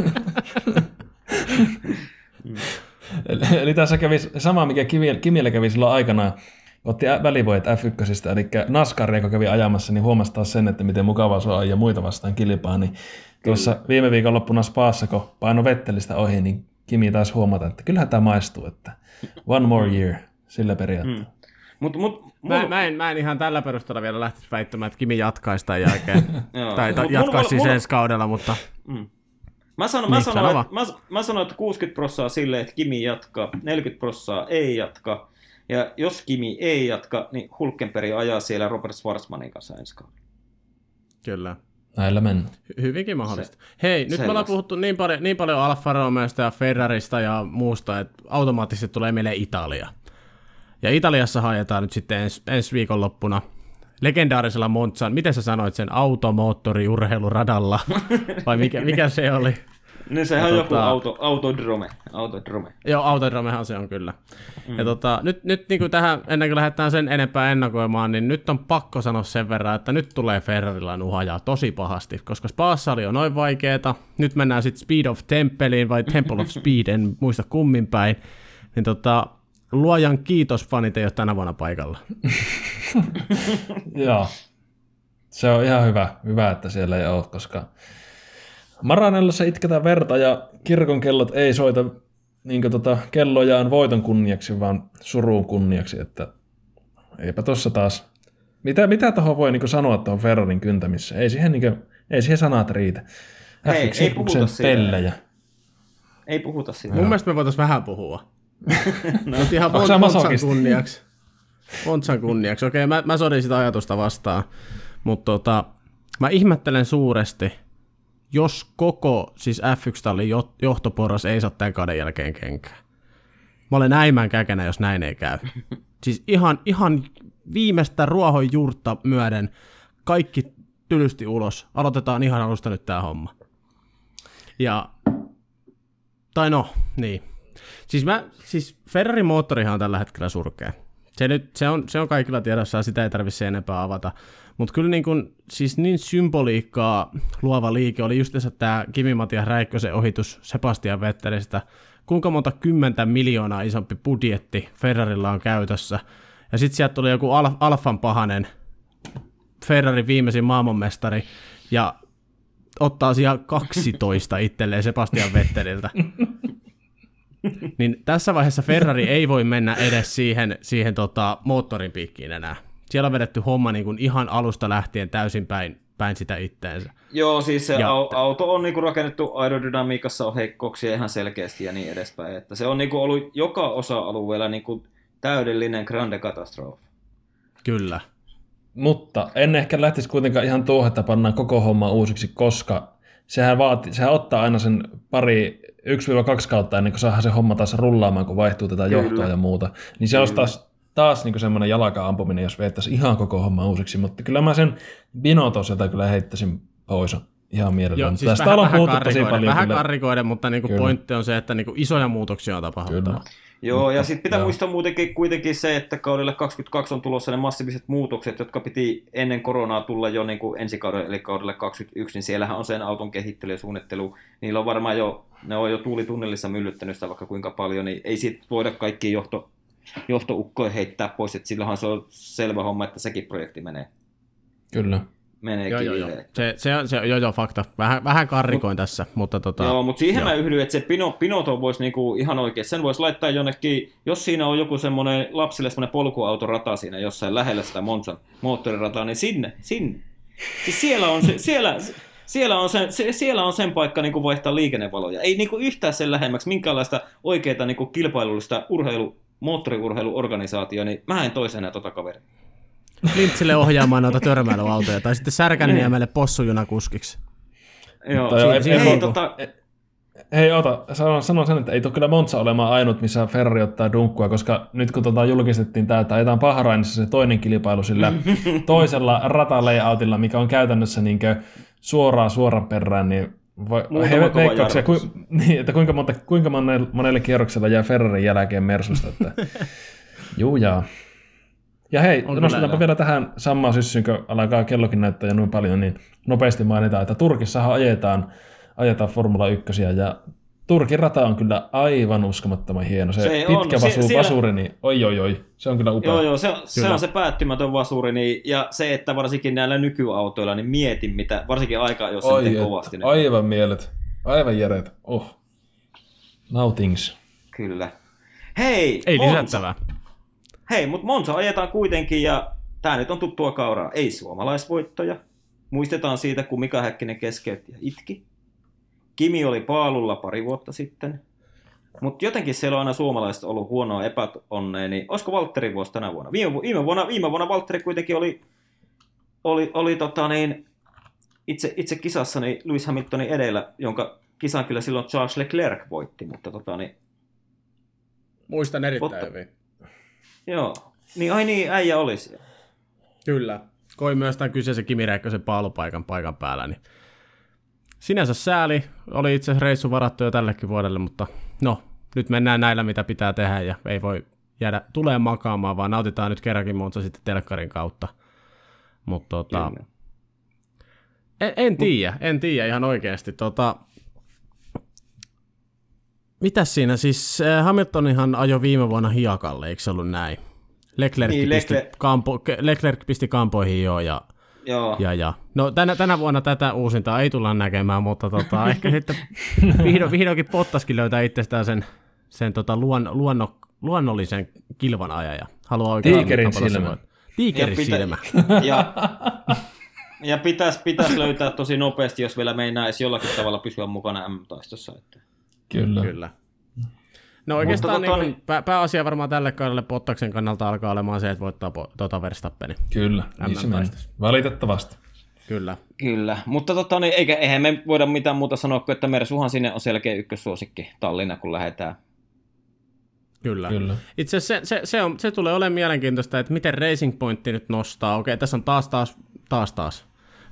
eli, eli tässä kävi sama, mikä Kimillä kävi silloin aikanaan, otti välivoit F yksi, eli NASCAR, joka kävi ajamassa, niin huomasi taas sen, että miten mukavaa se on ajaa muita vastaan kilpaa. Niin tuossa viime viikonloppuna Spaassa, kun paino Vettelistä ohi, niin Kimi taisi huomata, että kyllähän tämä maistuu, että one more year, sillä periaatteella. Hmm. Mut, mut, mä, mä, en, mä en ihan tällä perusteella vielä lähtisi väittämään, että Kimi jatkaisi tämän jälkeen. tai ta, jatkaisi siis ensi kaudella, mutta... Mm. Mä sanon, mä, sanon, että, mä, mä sanon, että kuusikymmentä prosenttia silleen, että Kimi jatkaa, neljäkymmentä prosenttia ei jatka. Ja jos Kimi ei jatka, niin Hulkenberg ajaa siellä Robert Schwarzmanin kanssa ensi kaudella. Kyllä. Näillä mennään. Hy- hyvinkin mahdollista. Se, Hei, nyt sellaista. me ollaan puhuttu niin paljon, niin paljon Alfa Romeosta ja Ferrarista ja muusta, että automaattisesti tulee meille Italia. Ja Italiassa haetaan nyt sitten ens, ensi viikonloppuna legendaarisella Monzan, miten sä sanoit sen, automoottoriurheiluradalla, vai mikä, mikä se oli? Niin sehän on tota, joku auto, autodrome. autodrome. Joo, autodromehan se on kyllä. Mm. Ja tota, nyt, nyt niin kuin tähän, ennen kuin lähdetään sen enempää ennakoimaan, niin nyt on pakko sanoa sen verran, että nyt tulee Ferrarilla nuhajaa tosi pahasti, koska Spaassa oli jo noin vaikeeta, nyt mennään sitten Speed of Temppeliin, vai Temple of Speed, en muista kummin päin, niin tota, luojan kiitos, fanit ei ole tänä vuonna paikalla. Joo, se on ihan hyvä, hyvä, että siellä ei ole, koska Maranellossa itketään verta ja kirkon kellot ei soita niin tota, kellojaan voiton kunniaksi, vaan suruun kunniaksi, että eipä tossa taas. Mitä, mitä tuohon voi niin sanoa tuohon Ferrarin kyntämissä? Ei siihen, niin kuin, ei siihen sanat riitä. Hei, ei puhuta pellejä. Ei puhuta siitä. Mun mielestä me voitaisiin vähän puhua. no. Nyt ihan Monzan kunniaksi. Monzan kunniaksi. Okei, mä, mä sodin sitä ajatusta vastaan. Mutta tota, mä ihmettelen suuresti, jos koko siis F yksi-tallin johtoporras ei saa tämän kauden jälkeen kenkään. Mä olen äimän käkenä, jos näin ei käy. Siis ihan, ihan viimeistä ruohonjuurta myöden kaikki tylysti ulos. Aloitetaan ihan alusta nyt tää homma. Ja, tai no, niin. Siis, mä, siis Ferrarin moottorihan on tällä hetkellä surkea. Se, nyt, se, on, se on kaikilla tiedossa, sitä ei tarvitse enempää avata. Mutta kyllä niin, kun, siis niin symboliikkaa luova liike oli just tämä Kimi-Matias Räikkösen ohitus Sebastian Vettelistä. Kuinka monta kymmentä miljoonaa isompi budjetti Ferrarilla on käytössä. Ja sitten sieltä tuli joku Al- Alfan pahanen, Ferrarin viimeisin maailmanmestari, ja ottaa siellä kaksitoista itselleen Sebastian Vetteliltä. Niin tässä vaiheessa Ferrari ei voi mennä edes siihen, siihen tota, moottorin piikkiin enää. Siellä on vedetty homma niin kuin ihan alusta lähtien täysin päin, päin sitä itteensä. Joo, siis se ja, au- auto on niin kuin rakennettu aerodynamiikassa, on heikkouksia ihan selkeästi ja niin edespäin. Että se on niin kuin ollut joka osa-alueella niin kuin täydellinen grande katastrofi. Kyllä. Mutta en ehkä lähtisi kuitenkaan ihan tuohon, että pannaan koko homma uusiksi, koska sehän, vaati, sehän ottaa aina sen pari, yksi kaksi kautta ennen kuin saadaan se homma taas rullaamaan, kun vaihtuu tätä Kyllä. johtoa ja muuta. Niin se olisi taas, taas niin semmoinen jalka-ampuminen, jos viettäisiin ihan koko homma uusiksi. Mutta kyllä mä sen Binotto sieltä kyllä heittäisin pois ihan mielellään. Siis tästä vähän, on vähän tosi paljon. Vähän kyllä. karrikoiden, mutta niinku pointti on se, että niinku isoja muutoksia on tapahtunut. Joo, ja sitten pitää joo. muistaa muutenkin kuitenkin se, että kaudelle kaksikymmentäkaksi on tulossa ne massiiviset muutokset, jotka piti ennen koronaa tulla jo niin kuin ensi kaudelle, eli kaudelle kaksikymmentäyksi, niin siellähän on sen auton kehittely ja suunnittelu. Niillä on varmaan jo, ne on jo tuulitunnelissa myllyttänyt sitä vaikka kuinka paljon, niin ei siitä voida kaikkia johto, johtoukkoja heittää pois, että silloinhan se on selvä homma, että sekin projekti menee. Kyllä. Menee joo, joo, joo. Se, se, on, se, joo, joo, fakta. Vähän, vähän karrikoin mut, tässä, mutta tota... Joo, mutta siihen joo. mä yhdyn, että se Binotto voisi niinku ihan oikein, sen voisi laittaa jonnekin, jos siinä on joku semmoinen lapsille semmoinen polkuautorata siinä jossain lähellä sitä Monzan moottorirataa, niin sinne, sinne. Siis siellä on, se, siellä, siellä on, sen, se, siellä on sen paikka niinku vaihtaa liikennevaloja. Ei niinku yhtään sen lähemmäksi minkäänlaista oikeaa niinku kilpailullista urheilu, moottoriurheiluorganisaatioa, niin mä en toisi enää tota kaveria. Lintsille ohjaamaan noita törmäilyautoja, tai sitten Särkänniemelle possujunakuskiksi. Joo, Toi, ei, ei, hei, ei, tota... hei, ota, sanon, sanon sen, että ei tule kyllä Monza olemaan ainut, missä Ferrari ottaa dunkkua, koska nyt kun tota julkistettiin tämä, että ajetaan Bahrainissa se toinen kilpailu sillä toisella ratalayoutilla, mikä on käytännössä niinkö suoraan suoran perään, niin he veikkauksia, ku, niin, että kuinka, monta, kuinka monelle, monelle kierroksella jää Ferrarin jälkeen Mersusta. Että, juu jaa. Ja hei, on nostetaanpa vielä tähän samaan syssyyn, kun alkaa kellokin näyttää jo noin paljon, niin nopeasti mainitaan, että Turkissahan ajetaan, ajetaan Formula yksi, ja Turkin rata on kyllä aivan uskomattoman hieno. Se, se pitkä on. Vasu, Sie- vasuri, niin oi oi oi, se on kyllä upea. Joo, joo, se, se on se päättymätön vasuri, niin, ja se, että varsinkin näillä nykyautoilla, niin mietin mitä, varsinkin aikaa, jos se miten kovasti. Aivan mielet, aivan järeet, oh, now things. Kyllä. Hei, ei lisättävää. Hei, mutta Monza ajetaan kuitenkin, ja tämä nyt on tuttua kauraa. Ei suomalaisvoittoja. Muistetaan siitä, kun Mika Häkkinen keskeytti ja itki. Kimi oli paalulla pari vuotta sitten. Mutta jotenkin siellä on aina suomalaiset ollut huonoa epäonnea, niin olisiko Valtteri vuosi tänä vuonna? Viime, viime, vuonna, viime vuonna Valtteri kuitenkin oli, oli, oli tota niin, itse, itse kisassa niin Lewis Hamiltonin edellä, jonka kisan kyllä silloin Charles Leclerc voitti, mutta tota niin... Muistan erittäin otta, hyvin. Joo, niin ai niin, äijä oli siellä. Kyllä, koin myös tämän kyseisen Kimi Räikkösen paalupaikan paikan päällä, niin sinänsä sääli, oli itse asiassa reissu varattu jo tällekin vuodelle, mutta no, nyt mennään näillä, mitä pitää tehdä, ja ei voi jäädä tulee makaamaan, vaan nautitaan nyt kerrankin Monza sitten telkkarin kautta. Mutta tota, en, en tiedä, en tiedä ihan oikeasti. Tota, mitäs siinä, siis Hamiltonihan ajoi viime vuonna hiakalle, eikö se ollut näin? Leclerc, niin, pisti, Leclerc... Kampo, Leclerc pisti kampoihin jo, ja, Joo. ja, ja. No tänä, tänä vuonna tätä uusintaa ei tulla näkemään, mutta tota, ehkä sitten vihdo, vihdoinkin Bottaskin löytää itsestään sen, sen tota luon, luonno, luonnollisen kilvan ajaja. Haluaa oikein Tiikerin silmä. Tiikerin silmä. Ja, ja pitäisi pitäis löytää tosi nopeasti, jos vielä meinaisi jollakin tavalla pysyä mukana M-taistossa. Että. Kyllä. Kyllä. No oikeastaan tota, niin pää, pääasia varmaan tälle kaudelle Bottaksen kannalta alkaa olemaan se, että voittaa po, tota Verstappeni. Kyllä, niin se meni. Valitettavasti. Kyllä. Kyllä, mutta tota, niin, eikä, eihän me voida mitään muuta sanoa kuin, että Mersuhan sinne on selkeä ykkössuosikki Tallinna, kun lähdetään. Kyllä. Kyllä. Itse asiassa se, se, se, on, se tulee olemaan mielenkiintoista, että miten Racing Point nyt nostaa. Okei, tässä on taas taas, taas taas.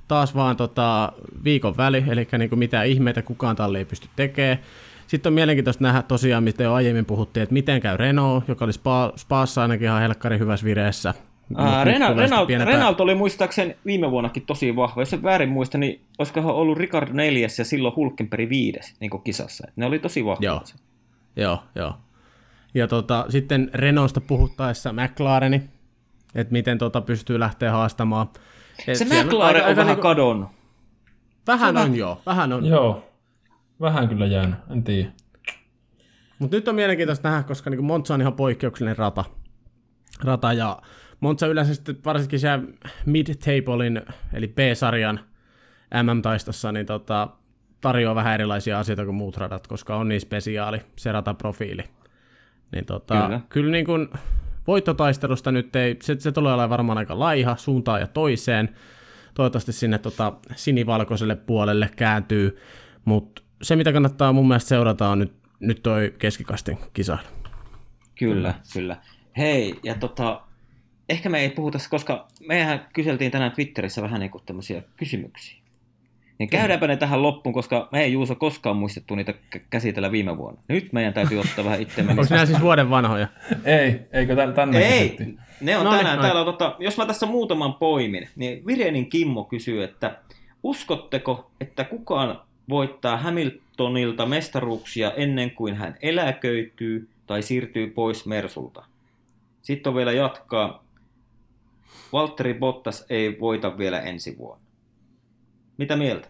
taas vaan tota, viikon väli, eli niin kuin mitään ihmeitä kukaan talli ei pysty tekemään. Sitten on mielenkiintoista nähdä tosiaan, mitä jo aiemmin puhuttiin, että miten käy Renault, joka oli spa, Spaassa ainakin ihan helkkari hyvässä vireessä. Aa, Renault, Renault, Renault oli muistaakseni viime vuonnakin tosi vahva. Jos en väärin muista, niin olisikohan ollut Ricardo neljäs ja silloin Hülkenberg viides niin kisassa. Ne oli tosi vahva. Joo, joo, joo. Ja tota, sitten Renaultsta puhuttaessa McLareni, että miten tota pystyy lähteä haastamaan. Et se McLaren on, on vähän niin kadonnut. Vähän on, joo. Vähän on. Joo, vähän kyllä jäänyt, en tiedä. Mutta nyt on mielenkiintoista nähdä, koska niin Monza on ihan poikkeuksellinen rata. rata ja Monza yleensä sitten varsinkin siellä mid-tablein, eli B-sarjan M M-taistossa, niin tota, tarjoaa vähän erilaisia asioita kuin muut radat, koska on niin spesiaali se rataprofiili. Niin tota, kyllä, kyllä niin kuin voittotaistelusta nyt ei, se, se tulee olemaan varmaan aika laiha suuntaan ja toiseen. Toivottavasti sinne tota, sinivalkoiselle puolelle kääntyy, mutta se mitä kannattaa mun mielestä seurata on nyt, nyt toi keskikastin kisailu. Kyllä, kyllä. Hei, ja tota, ehkä me ei puhuta, koska mehän kyseltiin tänään Twitterissä vähän niin kuin tämmöisiä kysymyksiä. Niin käydäänpä ne tähän loppuun, koska me ei Juuso koskaan muistettu niitä käsitellä viime vuonna. Nyt meidän täytyy ottaa vähän itsemme. Onko nämä siis vuoden vanhoja? Ei, eikö tän, tänne Ei, kysyttiin? ne on no, tänään. Täällä on, tota, jos mä tässä muutaman poimin, niin Virenin Kimmo kysyy, että uskotteko, että kukaan voittaa Hamiltonilta mestaruuksia ennen kuin hän eläköityy tai siirtyy pois Mersulta? Sitten on vielä jatkaa. Valtteri Bottas ei voita vielä ensi vuonna. Mitä mieltä?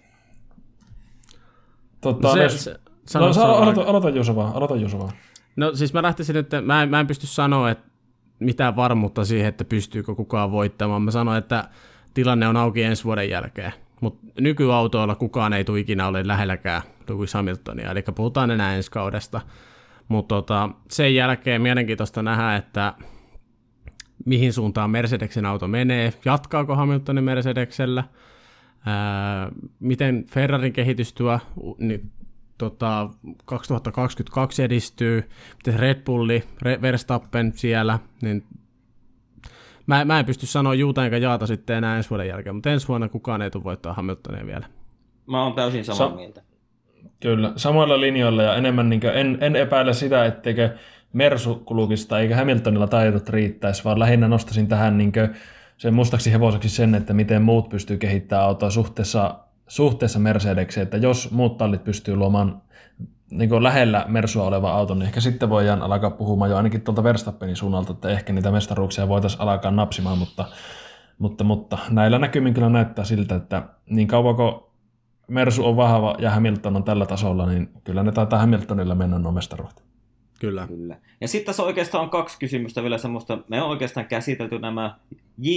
Totta, se, se, se, sano, no, sano, aloita, aloita Juuso vaan, aloita Juuso vaan. No siis mä lähtisin, että mä en, mä en pysty sanoa, että mitään varmuutta siihen, että pystyykö kukaan voittamaan. Mä sanoin, että tilanne on auki ensi vuoden jälkeen, mutta nykyautoilla kukaan ei tule ikinä ole lähelläkään Lewis Hamiltonia, eli puhutaan enää ensi kaudesta. Mutta tota, sen jälkeen mielenkiintoista nähdä, että mihin suuntaan Mercedeksen auto menee, jatkaako Hamiltonin Mercedeksellä, ää, miten Ferrarin kehitystyö niin, tota, kaksituhattakaksikymmentäkaksi edistyy, miten Red Bulli, Re- Verstappen siellä, niin mä, mä en pysty sanoa juuta enkä jaata sitten enää ensi vuoden jälkeen, mutta ensi vuonna kukaan ei tule voittaa Hamiltonia vielä. Mä oon täysin samaa Sa- mieltä. Kyllä, samoilla linjoilla ja enemmän niin en, en epäile sitä, etteikö Mersu-kulukista eikä Hamiltonilla taidot riittäisi, vaan lähinnä nostaisin tähän niin sen mustaksi hevoseksi sen, että miten muut pystyy kehittämään autoa suhteessa, suhteessa Mercedekseen, että jos muut tallit pystyy luomaan niin lähellä Mersua olevan auton, niin ehkä sitten voidaan alkaa puhumaan jo ainakin tuolta Verstappenin suunnalta, että ehkä niitä mestaruuksia voitaisiin alkaa napsimaan, mutta, mutta, mutta näillä näkymin kyllä näyttää siltä, että niin kauan kuin Mersu on vahva ja Hamilton on tällä tasolla, niin kyllä ne taitaa Hamiltonilla mennä nuo mestaruudet. Kyllä. Kyllä. Ja sitten tässä oikeastaan on kaksi kysymystä vielä semmoista, me on oikeastaan käsitelty nämä J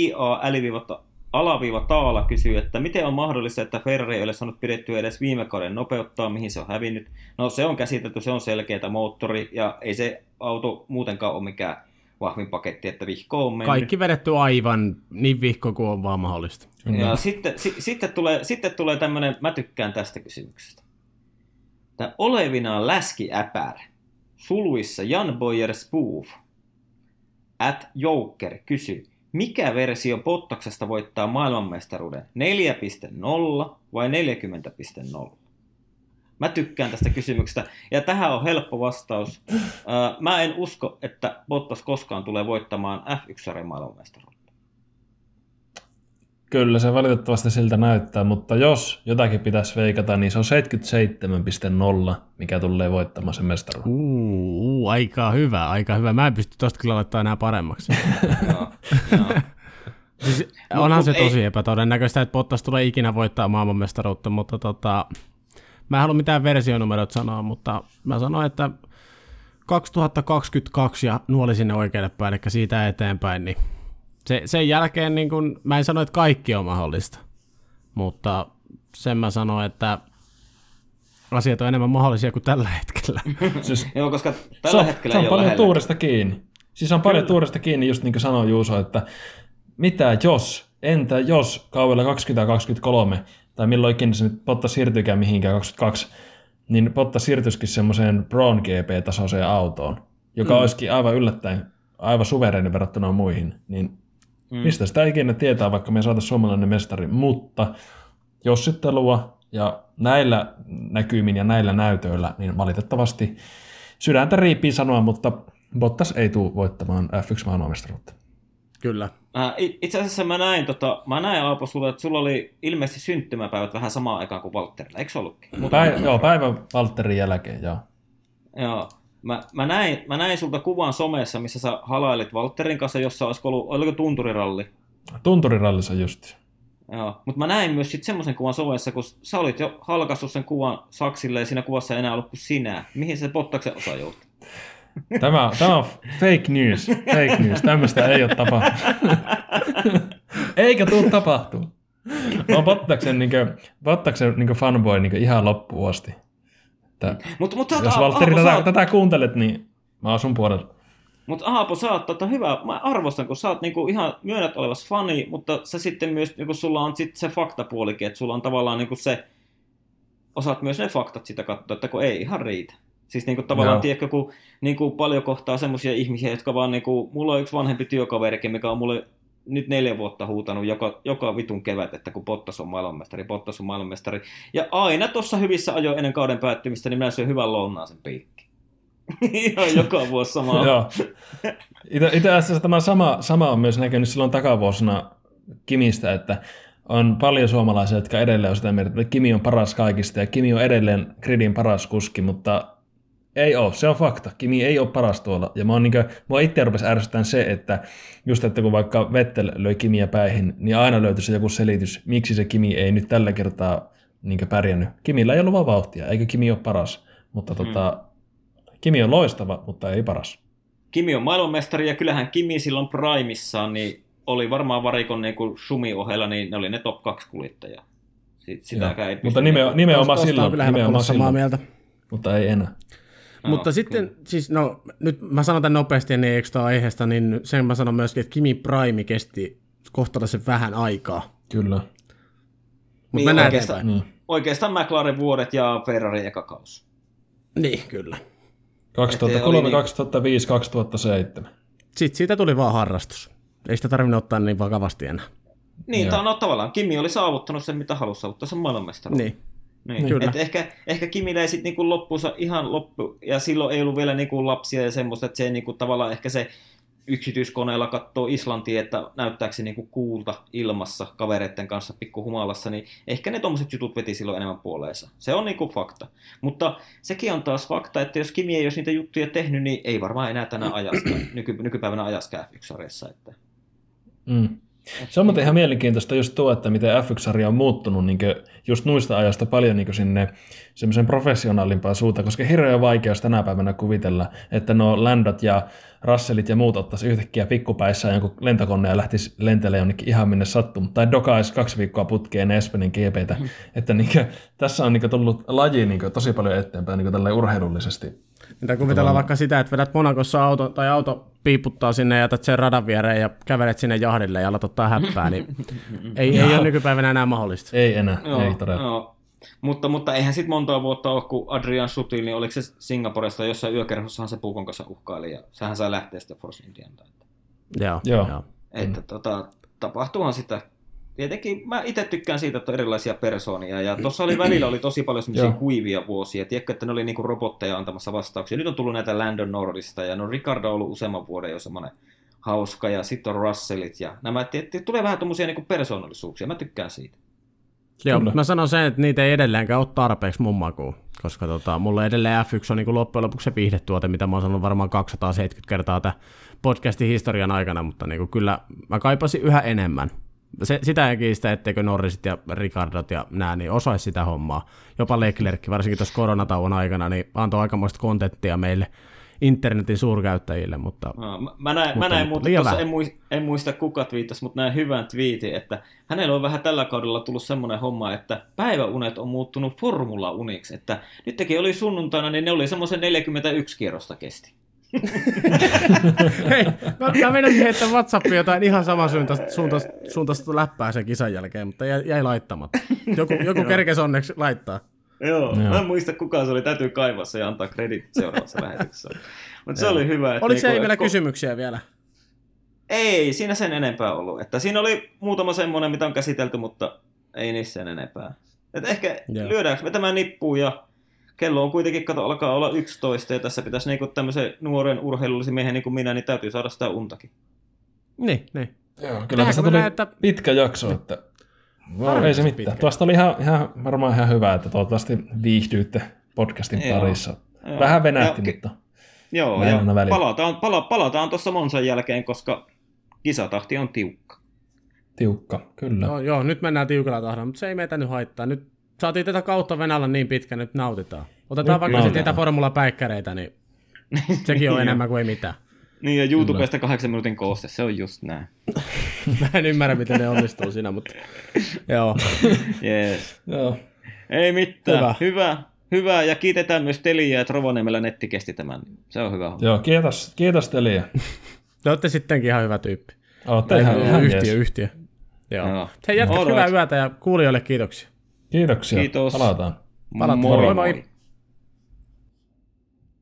A Taala kysyy, että miten on mahdollista, että Ferrari ei ole saanut pidettyä edes viime kauden nopeuttaa, mihin se on hävinnyt. No se on käsitelty, se on selkeätä moottori ja ei se auto muutenkaan ole mikään vahvin paketti, että vihko on mennyt. Kaikki vedetty aivan niin vihko kuin on vaan mahdollista. Ja sitten, si, sitten tulee, sitten tulee tämmöinen, mä tykkään tästä kysymyksestä. Tämä olevinaan läskiäpär. Suluissa Jan Boyer Spoof at Joker kysyy, mikä versio Bottaksesta voittaa maailmanmestaruuden, neljä piste nolla vai neljäkymmentä piste nolla? Mä tykkään tästä kysymyksestä, ja tähän on helppo vastaus. Mä en usko, että Bottas koskaan tulee voittamaan F yksi-sarjan maailmanmestaruutta. Kyllä se valitettavasti siltä näyttää, mutta jos jotakin pitäisi veikata, niin se on seitsemänkymmentäseitsemän piste nolla, mikä tulee voittamaan sen mestaruuden. Uu, aika hyvä, aika hyvä. Mä en pysty tosta kyllä laittaa enää paremmaksi. Joo, joo. Siis onhan se tosi epätodennäköistä, että Bottas tulee ikinä voittaa maailmanmestaruutta, mutta tota, mä en halua mitään versionumerot sanoa, mutta mä sanoin, että kaksituhattakaksikymmentäkaksi ja nuoli sinne oikealle päin, eli siitä eteenpäin, niin Se, sen jälkeen niin kun, mä en sano, että kaikki on mahdollista, mutta sen mä sanoin, että asiat on enemmän mahdollisia kuin tällä hetkellä. Siis, Joo, koska tällä se, hetkellä se on ei paljon ole tuurista kiinni. Siis on paljon tuurista kiinni, just niin kuin sanoi Juuso, että mitä jos, entä jos kaudella kaksituhattakaksikymmentäkolme, tai milloin ikinä se nyt Bottas siirtyykään mihinkään kaksikymmentäkaksi, niin Bottas siirtyisikin semmoiseen Braun G P-tasoiseen autoon, joka mm. olisikin aivan yllättäen, aivan suvereeni verrattuna muihin, niin Mm. mistä sitä ikinä tietää, vaikka me saataisiin suomalainen mestari, mutta jossittelua, ja näillä näkymin ja näillä näytöillä, niin valitettavasti sydäntä riipii sanoa, mutta Bottas ei tule voittamaan F yksi maailmanmestaruutta. Kyllä. Äh, itse asiassa mä näin, tota, mä näin Aapo sulle, että sulla oli ilmeisesti syntymäpäivät vähän samaan aikaan kuin Valtterilla, eikö se ollutkin? Päivä, joo, päivän Valtterin jälkeen, joo. Joo. Mä, mä, näin, mä näin sulta kuvan somessa, missä sä halailit Valtterin kanssa, jossa olisi ollut, oliko tunturiralli? Tunturirallissa just. Joo, mutta mä näin myös sitten semmoisen kuvan somessa, kun sä olit jo halkaissut sen kuvan saksille ja siinä kuvassa ei enää ollut kuin sinä. Mihin se Bottaksen osa joutui? Tämä, tämä on fake news, fake news. Tämmöistä ei ole tapahtunut. Eikä tule tapahtua. Mä oon Bottaksen, niin kuin, Bottaksen niin kuin fanboy niin kuin ihan loppuun asti. Mut, mut jos Valtteri tätä, oot... tätä kuuntelet, niin mä oon sun puolella. Mutta Aapo, sä oot tota hyvä, mä arvostan, kun sä oot niinku ihan myönnät olevassa fani, mutta sä sitten myös, niinku sulla on sit se faktapuolikin, että sulla on tavallaan niinku se, osaat myös ne faktat sitä katsoa, että kun ei ihan riitä. Siis niinku tavallaan, tiedätkö, kun niinku paljon kohtaa semmoisia ihmisiä, jotka vaan niinku, mulla on yksi vanhempi työkaverikin, mikä on mulle nyt neljä vuotta huutanut joka, joka vitun kevät, että kun Bottas on maailmanmestari, Bottas on maailmanmestari. Ja aina tuossa hyvissä ajoin ennen kauden päättymistä, niin mä syön hyvän lounaisen piikki. Ihan joka vuosi sama. Joo. Itse asiassa tämä sama, sama on myös näkynyt silloin takavuosina Kimistä, että on paljon suomalaisia, jotka edelleen on sitä mieltä, että Kimi on paras kaikista ja Kimi on edelleen gridin paras kuski, mutta ei ole, se on fakta. Kimi ei ole paras tuolla. Ja mä oon, niin kuin, mua itse rupesi ärsyttämään se, että just että kun vaikka Vettel löi Kimiä päihin, niin aina löytyisi joku selitys, miksi se Kimi ei nyt tällä kertaa niin pärjännyt. Kimillä ei ollut vaan vauhtia, eikä Kimi ole paras. Mutta mm. tota, Kimi on loistava, mutta ei paras. Kimi on maailmanmestari ja kyllähän Kimi silloin primissaan niin oli varmaan varikon niin kuin Schumi ohella, niin ne oli ne top kaksi kuljettajaa. Sitäkään ei pysty. Mutta nime, nimenomaan Tosta silloin. Kyllä nimenomaan samaa silloin. Mieltä. Mutta ei enää. No, mutta sitten, kyllä. siis no, nyt mä sanon tämän nopeasti ennen ekstra aiheesta, niin sen mä sanon myöskin, että Kimi Prime kesti kohtalaisen vähän aikaa. Kyllä. Mutta niin, oikeastaan, niin. oikeastaan McLaren vuodet ja Ferrari eka kausi. Niin, kyllä. kaksituhattakolme, kaksituhattaviisi, kaksituhattaseitsemän. Sitten siitä tuli vaan harrastus. Ei sitä tarvinnut ottaa niin vakavasti enää. Niin, tämä on tavallaan. Kimi oli saavuttanut sen, mitä halusi saavuttaa, sen maailmanmestaruuden. Niin. Niin. Kyllä. Et ehkä, ehkä Kimillä ei sitten niinku loppuunsa ihan loppu, ja silloin ei ollut vielä niinku lapsia ja semmoista, että se niinku tavallaan ehkä se yksityiskoneella katsoo Islantia, että näyttääkö se niinku kuulta ilmassa kavereiden kanssa pikkuhumalassa, niin ehkä ne tommoset jutut veti silloin enemmän puoleensa. Se on niinku fakta. Mutta sekin on taas fakta, että jos Kimi ei olisi niitä juttuja tehnyt, niin ei varmaan enää tänä ajasta, nyky, nykypäivänä ajaska F yksi-sarjassa. Että... Mm. Se on muuten ihan mielenkiintoista just tuo, että miten F yksi-sarja on muuttunut niin just noista ajasta paljon niin sinne semmoisen professionaalimpaan suuntaan, koska hirveän vaikeus tänä päivänä kuvitella, että no Landot ja Russellit ja muut ottaisi yhtäkkiä pikkupäissään jonkun lentokoneen ja lähtisi lentelemään jonnekin ihan minne sattuu, tai dokaisi kaksi viikkoa putkeen Espanjan G P:tä, mm. että niin kuin, tässä on niin tullut laji niin tosi paljon eteenpäin niin tälleen urheilullisesti. Mitä kuvitellaan vaikka sitä, että vedät Monacossa auto, tai auto piiputtaa sinne ja jätät sen radan viereen ja kävelet sinne jahdille ja alat ottaa häppää, niin ei, ei ole nykypäivänä enää mahdollista. Ei enää, joo, ei todella. Joo. Mutta, mutta eihän sitten montaa vuotta ole, kun Adrian Sutil, niin oliko se Singaporesta jossain yökerhossahan se puukon kanssa uhkaili, ja sehän sai lähteä sitä Force Indiaan. Joo, joo. joo. Että tota, tapahtuuhan sitä. Tietenkin mä itse tykkään siitä, että on erilaisia persoonia, ja tuossa oli välillä oli tosi paljon semmoisia kuivia vuosia, tiedätkö, että ne oli niinku robotteja antamassa vastauksia. Nyt on tullut näitä Landon Norrisista, ja no Ricardo on ollut useamman vuoden jo semmoinen hauska, ja sitten on Russellit, ja nämä, tietysti tulee vähän tommosia niinku persoonallisuuksia, mä tykkään siitä. Joo, mä sanon sen, että niitä ei edelleenkään ole tarpeeksi mun makuun, koska tota, mulla edelleen F yksi on niin loppujen lopuksi se viihdetuote, mitä mä oon sanonut varmaan kaksisataaseitsemänkymmentä kertaa tämän podcastin historian aikana, mutta niin kyllä mä kaipasin yhä enemmän. Se, sitä ei kiistä, etteikö Norrisit ja Ricardot ja nää, niin osaisi sitä hommaa. Jopa Leclerc, varsinkin tuossa koronatauon aikana, niin antoi aikamoista kontenttia meille internetin suurkäyttäjille, mutta... No, mä näin, mutta, mä näin mutta tuossa en muista, en muista kuka twiittasi, mutta näin hyvän twiitin, että hänellä on vähän tällä kaudella tullut semmoinen homma, että päiväunet on muuttunut formula-uniksi, että nytkin oli sunnuntaina, niin ne oli semmoisen neljäkymmentäyksi kierrosta kesti. Hei, mä, mä menisin heittää WhatsAppiin jotain ihan saman suuntaista, suuntaista, suuntaista läppää sen kisan jälkeen, mutta jäi, jäi laittamatta. Joku, joku kerkesi onneksi laittaa. Joo, Joo, mä en muista kukaan se oli, täytyy kaivaa se ja antaa kreditit seuraavassa lähetyksessä. Mutta se oli hyvä. Että oliko se niinku, vielä ko- kysymyksiä vielä? Ei, siinä sen enempää ollut. Että siinä oli muutama semmoinen, mitä on käsitelty, mutta ei niissä sen enempää. Et ehkä Joo. lyödäänkö me tämä nippuun ja kello on kuitenkin, kato, alkaa olla yksitoista ja tässä pitäisi niinku tämmöisen nuoren urheilullisen miehen niin kuin minä, niin täytyy saada sitä untakin. Niin, niin. Joo, kyllä tästä tuli että... pitkä jakso, että no, ei se mitään. Pitkä. Tuosta oli ihan, ihan, varmaan ihan hyvä, että toivottavasti viihdyitte podcastin joo. parissa. Joo. Vähän venähti, ja, mutta joo, ja palataan, pala, palataan tuossa Monsan jälkeen, koska kisatahti on tiukka. Tiukka, kyllä. No, joo, nyt mennään tiukalla tahdalla, mutta se ei meitä nyt haittaa. Nyt saatiin tätä kautta Venäjällä niin pitkä, nyt nautitaan. Otetaan nyt vaikka sitten niitä formulapäikkäreitä, niin sekin on enemmän kuin ei mitään. Niin, ja YouTubesta kyllä. kahdeksan minuutin kooste, se on just näin. Mä en ymmärrä, miten ne onnistuu siinä, mutta joo. Yes. Joo. Ei mitään. Hyvä. hyvä. Hyvä, ja kiitetään myös Teliä, että Rovaniemellä netti kesti tämän. Se on hyvä. Joo, kiitos, kiitos Teliä. Te olette sittenkin ihan hyvä tyyppi. Olette ihan, ihan yhtiö, jees. yhtiö. Joo. Joo. Hei, jatkat hyvää yötä ja kuulijoille kiitoksia. Kiitoksia. Kiitos. Palataan. Palataan. Moi. Moi moi.